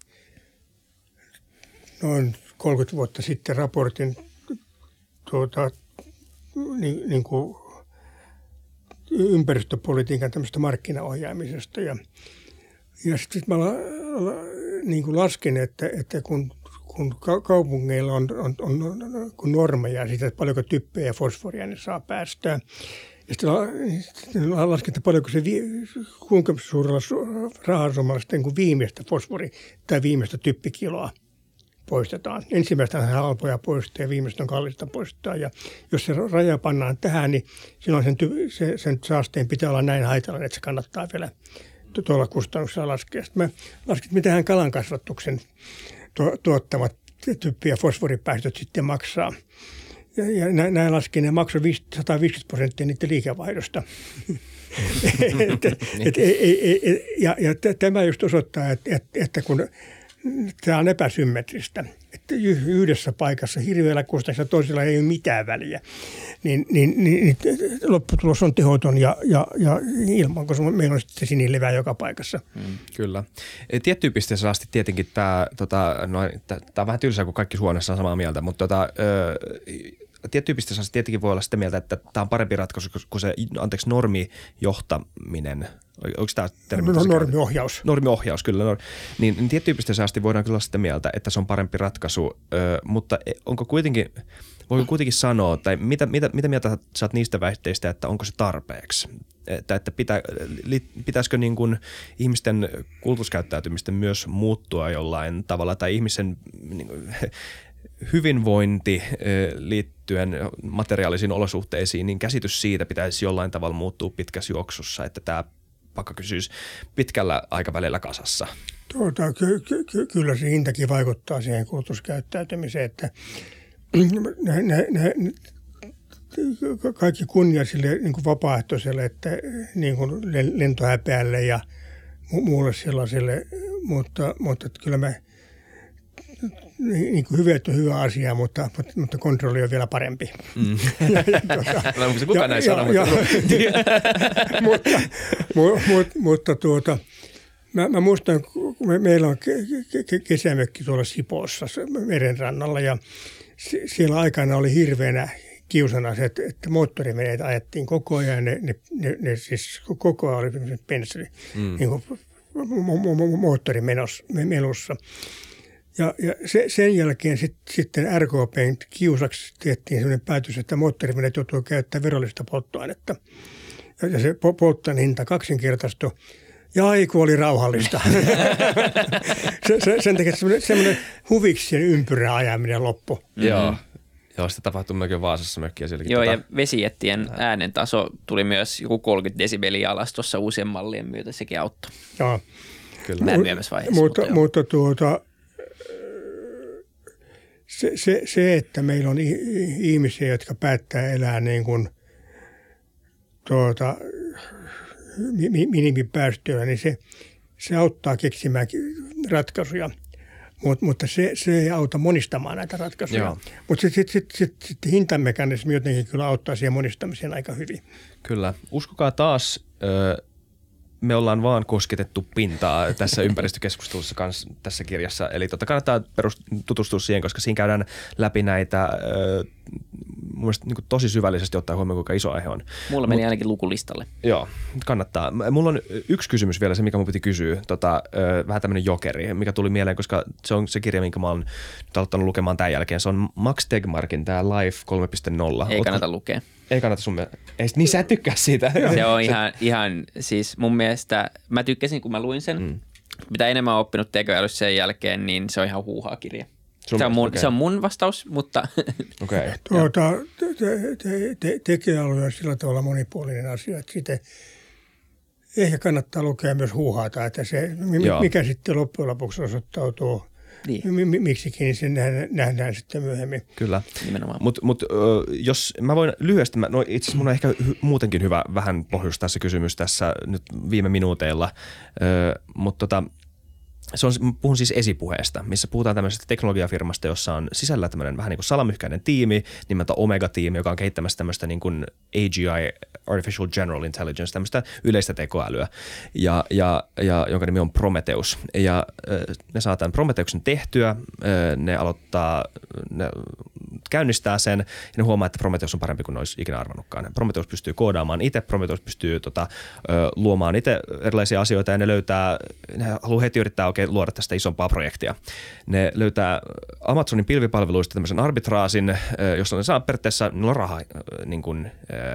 noin kolmekymmentä vuotta sitten raportin tuota, niin, niin kuin ympäristöpolitiikan tämmöistä markkinaohjaamisesta. Ja, ja sitten mä la, la, niin kuin lasken, että, että kun, kun kaupungeilla on, on, on, on normeja siitä, että paljonko typpeä ja fosforia ne saa päästää. Ja sitten lasken, että paljonko se, kuinka suurella rahasummalla sitten kun viimeistä fosfori tai viimeistä typpikiloa poistetaan. Ensimmäistä on halpoja poistaa ja viimeistä on kallista poistaa. Ja jos se raja pannaan tähän, niin silloin sen, se, sen saasteen pitää olla näin haitallinen, että se kannattaa vielä tuolla kustannuksella laskea. Sitten mä laskin, että mitähän kalankasvatuksen tu, tuottamat typpi- ja fosforipäästöt sitten maksaa. Ja, ja näin laskin, ne maksoi sata viisikymmentä prosenttia niiden liikevaihdosta. et, et, et, et, ja, ja tämä just osoittaa, että, että kun tämä on epäsymmetristä, että yhdessä paikassa hirveällä kustannuksella toisella ei ole mitään väliä, niin, niin, niin lopputulos on tehoton ja, ja, ja ilman, koska meillä on sitten sinilevää joka paikassa. Mm, kyllä. Tiettyyn pisteessä asti tietenkin tämä, tota, no, tämä on vähän tylsää, kun kaikki Suomessa on samaa mieltä, mutta tota, ö, tiettyyn pisteessä tietenkin voi olla sitä mieltä, että tämä on parempi ratkaisu kuin se, anteeksi, normijohtaminen. Onko tämä termi? No, normiohjaus. Normiohjaus, kyllä. Nor- niin, niin tiettyyn pisteessä asti voidaan kyllä olla sitä mieltä, että se on parempi ratkaisu, ö, mutta onko kuitenkin, voi kuitenkin sanoa, tai mitä, mitä, mitä mieltä sä oot niistä väitteistä, että onko se tarpeeksi? Että, että pitä, pitäisikö niin kuin ihmisten kulutuskäyttäytymisten myös muuttua jollain tavalla, tai ihmisen niin kuin, hyvinvointi liittyen materiaalisiin olosuhteisiin, niin käsitys siitä pitäisi jollain tavalla muuttua pitkässä juoksussa, että tämä pakka kysyisi pitkällä aikavälillä kasassa. Tuota, ky- ky- kyllä se hintakin vaikuttaa siihen kulutuskäyttäytymiseen, että nä, nä, nä, kaikki kunnia sille niin kuin vapaaehtoiselle, että niin kuin lentohäpeälle ja mu- muulle sellaiselle, mutta, mutta kyllä me niin kuin hyvä, on hyvä asia, mutta, mutta, mutta kontrolli on vielä parempi. Mm. ja, ja, tuota, no, onko se kukaan näin sanoo? Mutta, mutta, mutta, mutta tuota, mä, mä muistan, kun me, meillä on ke, ke, kesämökki tuolla Sipoossa merenrannalla ja se, siellä aikana oli hirveänä kiusana se, että, että moottoriveneitä ajettiin koko ajan. Ne, ne, ne, ne siis koko ajan oli pensseli, mm. niin kuin moottorimelussa. Ja, ja se, sen jälkeen sit, sitten R K P:n kiusaksi tehtiin sellainen päätös, että moottoriveneet joutuu käyttämään verollista polttoainetta. Ja, ja se polttoaineen hinta kaksinkertaistui. Ja aiku oli rauhallista. se, se, sen takia semmoinen, semmoinen huviksien ympyrää ajaminen loppu. Mm-hmm. Joo. Joo, sitä tapahtui myöskin Vaasassa mökkiä sielläkin. Joo, tota... ja vesijettien äänen taso tuli myös joku kolmekymmentä desibeliä alas tuossa uusien mallien myötä. Sekin auttoi. Joo. Kyllä. Näin myöhemmässä vaiheessa. Mutta, mutta, mutta tuota... Se, se, se, että meillä on ihmisiä, jotka päättää elää niin kuin tuota, minimipäästöillä, niin se, se auttaa keksimään ratkaisuja, Mut, mutta se, se ei auta monistamaan näitä ratkaisuja. Mutta sitten sit, sit, sit hintamekanismi jotenkin kyllä auttaa siihen monistamiseen aika hyvin. Kyllä. Uskokaa taas... Ö- Me ollaan vaan kosketettu pintaa tässä ympäristökeskustelussa kanssa tässä kirjassa. Eli totta kannattaa perust- tutustua siihen, koska siinä käydään läpi näitä ö, mun mielestä niin kuin tosi syvällisesti ottaa huomioon, kuinka iso aihe on. Mulla meni Mut, ainakin lukulistalle. Joo, kannattaa. Mulla on yksi kysymys vielä, se mikä mun piti kysyä. Tota, ö, vähän tämmöinen jokeri, mikä tuli mieleen, koska se on se kirja, minkä mä oon nyt aloittanut lukemaan tämän jälkeen. Se on Max Tegmarkin, tämä Life kolme piste nolla. Ei kannata lukea. Ei kannata sun mielestä. Ei, niin sä et tykkää siitä. Se on ihan, ihan siis mun mielestä, mä tykkäsin kun mä luin sen. Mm. Mitä enemmän oppinut tekoälyssä sen jälkeen, niin se on ihan huuhaa kirja. Se on, mun, okay. se on mun vastaus, mutta... Okay. Tuota, te, te, te, tekoäly on sillä tavalla monipuolinen asia, että sitten ehkä kannattaa lukea myös huuhaata, että se, mikä sitten loppujen lopuksi osoittautuu niin. Miksikin, niin se nähdään, nähdään sitten myöhemmin. Kyllä. Mutta mut, jos mä voin lyhyesti, mä, no itse asiassa mun on ehkä hy, muutenkin hyvä vähän pohjustaa se kysymys tässä nyt viime minuuteilla, mutta tota, se on, puhun siis esipuheesta, missä puhutaan tämmöisestä teknologiafirmasta, jossa on sisällä tämmöinen vähän niin kuin salamyhkäinen tiimi, nimeltä Omega-tiimi, joka on kehittämässä tämmöistä niin kuin A G I, Artificial General Intelligence, tämmöistä yleistä tekoälyä, ja, ja, ja jonka nimi on Prometheus. Ja ne saa tämän Prometheuksen tehtyä, ne aloittaa, ne käynnistää sen, ja ne huomaa, että Prometheus on parempi kuin ne olisi ikinä arvannutkaan. Prometheus pystyy koodaamaan itse, Prometheus pystyy tota, luomaan itse erilaisia asioita, ja ne löytää, ne haluaa heti yrittää oikein luoda tästä isompaa projektia. Ne löytää Amazonin pilvipalveluista tämmöisen arbitraasin, jossa ne saa periaatteessa, niillä on raha, niin kuin,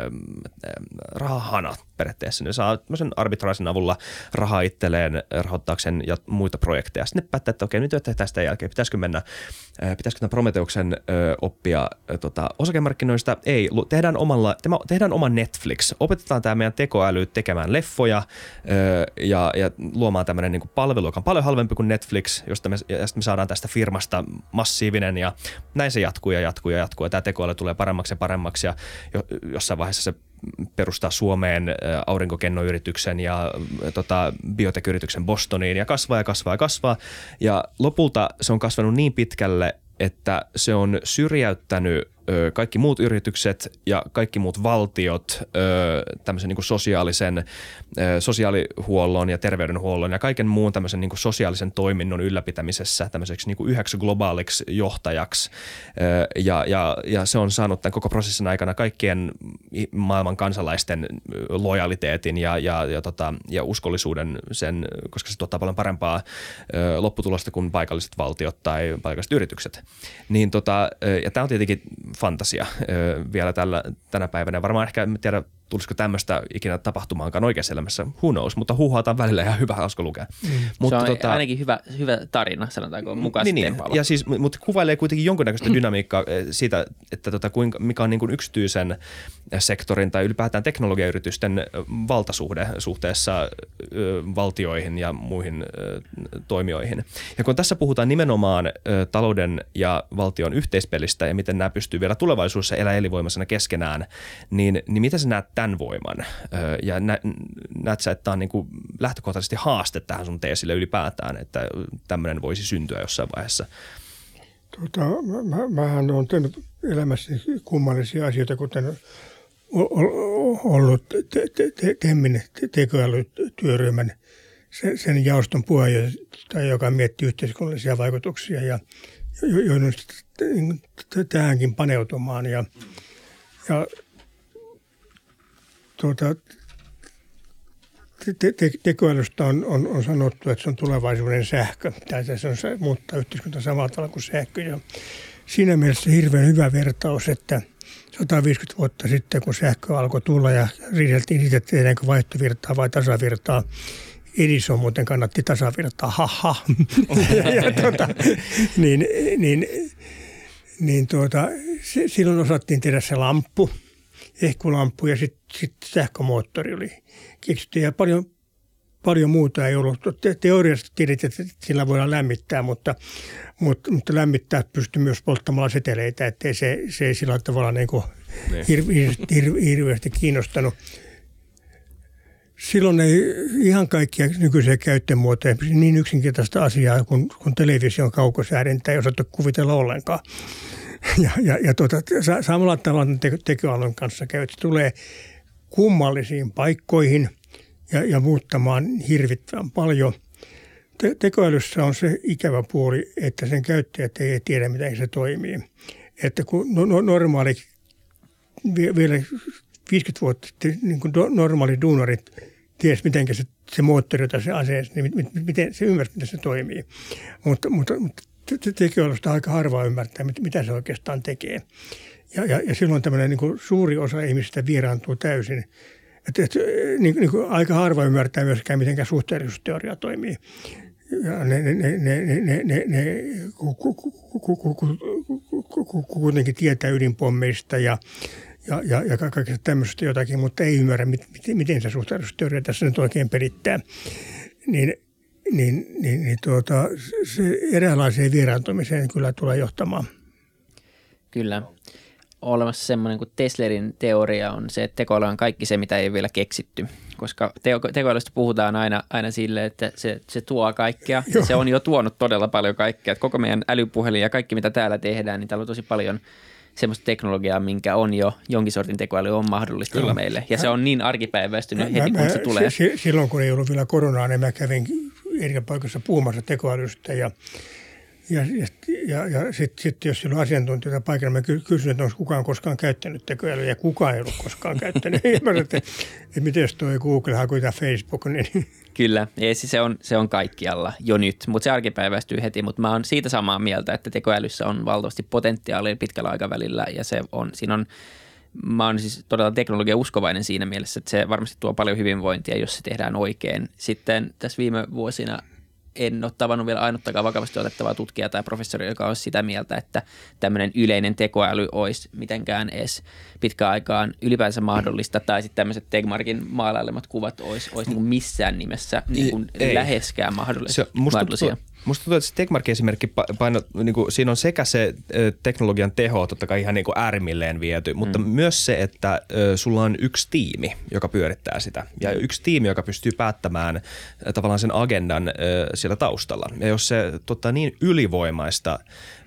rahahanat periaatteessa. Ne saa tämmöisen arbitraasin avulla rahaa itselleen rahoittaakseen ja muita projekteja. Sitten ne päättää, että okei, nyt tehdään sitä jälkeen. Pitäisikö mennä, pitäisikö tämän Prometheuksen oppia tota, osakemarkkinoista? Ei, tehdään, omalla, tehdään oma Netflix. Opetetaan tämä meidän tekoäly tekemään leffoja ja, ja luomaan tämmöinen niin kuin palvelu, joka on paljon halvempi kuin Netflix, josta me, ja sitten me saadaan tästä firmasta massiivinen ja näin se jatkuu ja jatkuu ja jatkuu ja tämä tekoäly tulee paremmaksi ja paremmaksi ja jo, jossain vaiheessa se perustaa Suomeen aurinkokennoyrityksen ja tota, biotek-yrityksen Bostoniin ja kasvaa ja kasvaa ja kasvaa ja lopulta se on kasvanut niin pitkälle, että se on syrjäyttänyt kaikki muut yritykset ja kaikki muut valtiot tämmöisen niin kuin sosiaalisen, sosiaalihuollon ja terveydenhuollon ja kaiken muun tämmöisen niin kuin sosiaalisen toiminnon ylläpitämisessä tämmöiseksi niin kuin yhdeksi globaaliksi johtajaksi. Ja, ja, ja se on saanut tämän koko prosessin aikana kaikkien maailman kansalaisten lojaliteetin ja, ja, ja, tota, ja uskollisuuden sen, koska se tuottaa paljon parempaa lopputulosta kuin paikalliset valtiot tai paikalliset yritykset. Niin tota, ja tämä on tietenkin fantasia vielä tällä, tänä päivänä. Varmaan ehkä, en tiedä, tulisiko tämmöistä ikinä tapahtumaankaan oikeassa elämässä, who knows, mutta huuhataan välillä ihan hyvä hauska lukea. Mm. Mutta se on tota, ainakin hyvä, hyvä tarina, sanotaanko, mukaisesti niin, niin. Ja siis, mutta kuvailee kuitenkin jonkunnäköistä dynamiikkaa siitä, että tota, kuinka, mikä on niin kuin yksityisen sektorin tai ylipäätään teknologiayritysten valtasuhde suhteessa ö, valtioihin ja muihin ö, toimijoihin. Ja kun tässä puhutaan nimenomaan ö, talouden ja valtion yhteispelistä ja miten nämä pystyy vielä tulevaisuudessa elää elinvoimaisena keskenään, niin, niin mitä sä näet tämän voiman? Ja nä, näet sä, että tämä on niin kuin lähtökohtaisesti haaste tähän sun teesille ylipäätään, että tämmöinen voisi syntyä jossain vaiheessa? Tota, mä, mähän olen tehnyt elämässäni kummallisia asioita, kuten ollut TEMin tekoälytyöryhmän sen, sen jaoston puheenjohtaja, joka miettii yhteiskunnallisia vaikutuksia ja joudun tähänkin paneutumaan. Ja, ja tuota, te, te, tekoälystä on, on, on sanottu, että se on tulevaisuuden sähkö. Tai se on se muuttaa yhteiskunta samalla tavalla kuin sähkö. Ja siinä mielessä hirveän hyvä vertaus, että sata viisikymmentä vuotta sitten, kun sähkö alkoi tulla ja riideltiin siitä, että tehdäänkö vaihtovirtaa vai tasavirtaa. Edison muuten kannatti tasavirtaa, haha. ja, ja, tuota, niin niin, niin tuota, se, silloin osattiin tehdä se lamppu. Ehkulamppu ja sitten sit sähkömoottori oli keksitty ja paljon, paljon muuta ei ollut. Te, teoriassa tiedetään, että sillä voidaan lämmittää, mutta, mutta, mutta lämmittää pystyy myös polttamalla seteleitä, ettei se, se ei sillä tavalla niin kuin hir, hir, hir, hirveästi kiinnostanut. Silloin ei ihan kaikkia nykyisiä käyttömuotoja, niin yksinkertaista asiaa kuin, kuin television kaukosäädintä ei osattu kuvitella ollenkaan. Ja, ja, ja tuota, samalla tavalla te- tekoälyn kanssa käy, että se tulee kummallisiin paikkoihin ja, ja muuttamaan hirvittävän paljon. Te- tekoälyssä on se ikävä puoli, että sen käyttäjät ei tiedä, miten se toimii. Että kun no, no, normaali, vielä viisikymmentä vuotta sitten niin kuin normaali duunarit tiesi, miten se, se moottori, jota se aseesi, niin miten se ymmärsi, miten se toimii. Mutta, mutta, mutta tekoälystä aika harvaa ymmärtää, mitä se oikeastaan tekee. Ja, ja, ja silloin tämmöinen niin kuin suuri osa ihmisistä vieraantuu täysin. Et, et, niin, niin kuin aika harva ymmärtää myöskään, miten suhteellisuusteoria toimii. Ja ne, ne, ne, ne, ne, ne, ne kuitenkin tietää ydinpommeista ja, ja, ja, ja kaikesta tämmöistä jotakin, mutta ei ymmärrä, miten, miten se suhteellisuusteoria tässä nyt oikein pelittää. Niin Niin, niin, niin tuota, se eräänlaiseen vieraantumiseen kyllä tulee johtamaan. Kyllä. Olemassa semmoinen kuin Teslerin teoria on se, että tekoäly on kaikki se, mitä ei ole vielä keksitty. Koska teko- tekoälystä puhutaan aina, aina sille, että se, se tuo kaikkea. Ja se on jo tuonut todella paljon kaikkea. Että koko meidän älypuhelin ja kaikki, mitä täällä tehdään, niin täällä on tosi paljon semmoista teknologiaa, minkä on jo jonkin sortin tekoäly on mahdollista Kyllä. meille. Ja se on niin arkipäiväistynyt heti, kun se tulee. Silloin, kun ei ollut vielä koronaa, niin mä kävin eri paikoissa puhumassa tekoälystä ja, ja, ja, ja sitten sit, jos siellä on asiantuntijoita paikalla, mä kysyin, että onko kukaan koskaan käyttänyt tekoälyä ja kukaan ei ollut koskaan käyttänyt. Ja mä että, että miten jos toi Google hakui tai Facebook, niin... Kyllä, ja se on, se on kaikkialla jo nyt, mutta se arkipäiväistyy heti, mutta mä oon siitä samaa mieltä, että tekoälyssä on valtavasti potentiaalia pitkällä aikavälillä ja se on, siinä on, mä oon siis todella teknologia-uskovainen siinä mielessä, että se varmasti tuo paljon hyvinvointia, jos se tehdään oikein. Sitten tässä viime vuosina en ole tavannut vielä ainuttakaan vakavasti otettavaa tutkijaa tai professori, joka olisi sitä mieltä, että tämmöinen yleinen tekoäly olisi mitenkään edes pitkään aikaan ylipäänsä mahdollista, tai sitten tämmöiset Tegmarkin maalailemat kuvat olisi, olisi niin kuin missään nimessä niin kuin läheskään mahdollisia. Se, musta mahdollisia. Tuntuu, musta tuntuu, että se Tegmarkin esimerkki, paino, niin kuin, siinä on sekä se teknologian teho, totta kai ihan niin kuin äärimmilleen viety, mutta mm. myös se, että ö, sulla on yksi tiimi, joka pyörittää sitä, ja yksi tiimi, joka pystyy päättämään tavallaan sen agendan ö, siellä taustalla. Ja jos se totta, niin ylivoimaista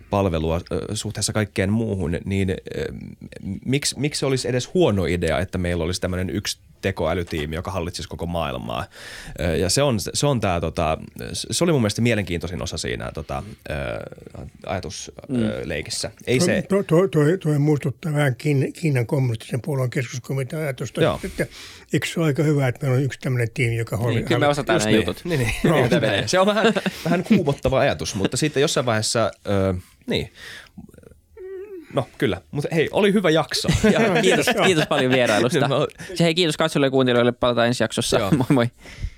palvelua suhteessa kaikkeen muuhun, niin miksi, miksi olisi edes huono idea, että meillä olisi tämmöinen yksi tekoälytiimi, joka hallitsisi koko maailmaa. Ja se on, se on tää, tota, se oli mun mielestä mielenkiintoisin osa siinä tota, ajatusleikissä. Mm. Ei se... Tuo, tuo, tuo, tuo muistuttaa vähän Kiinan kommunistisen puolueen keskuskomitean ajatusta, Joo. että eikö se ole aika hyvä, että meillä on yksi tämmöinen tiimi, joka niin, hallitsee. Kyllä me osataan nämä niin. jutut. Niin, niin. No, se on vähän, vähän kuumottava ajatus, mutta sitten jossain vaiheessa, ö, niin... No kyllä, mutta hei, oli hyvä jakso. kiitos, kiitos paljon vierailusta. Hei, kiitos katsojille ja kuuntelijoille, palataan ensi jaksossa. Joo. Moi moi.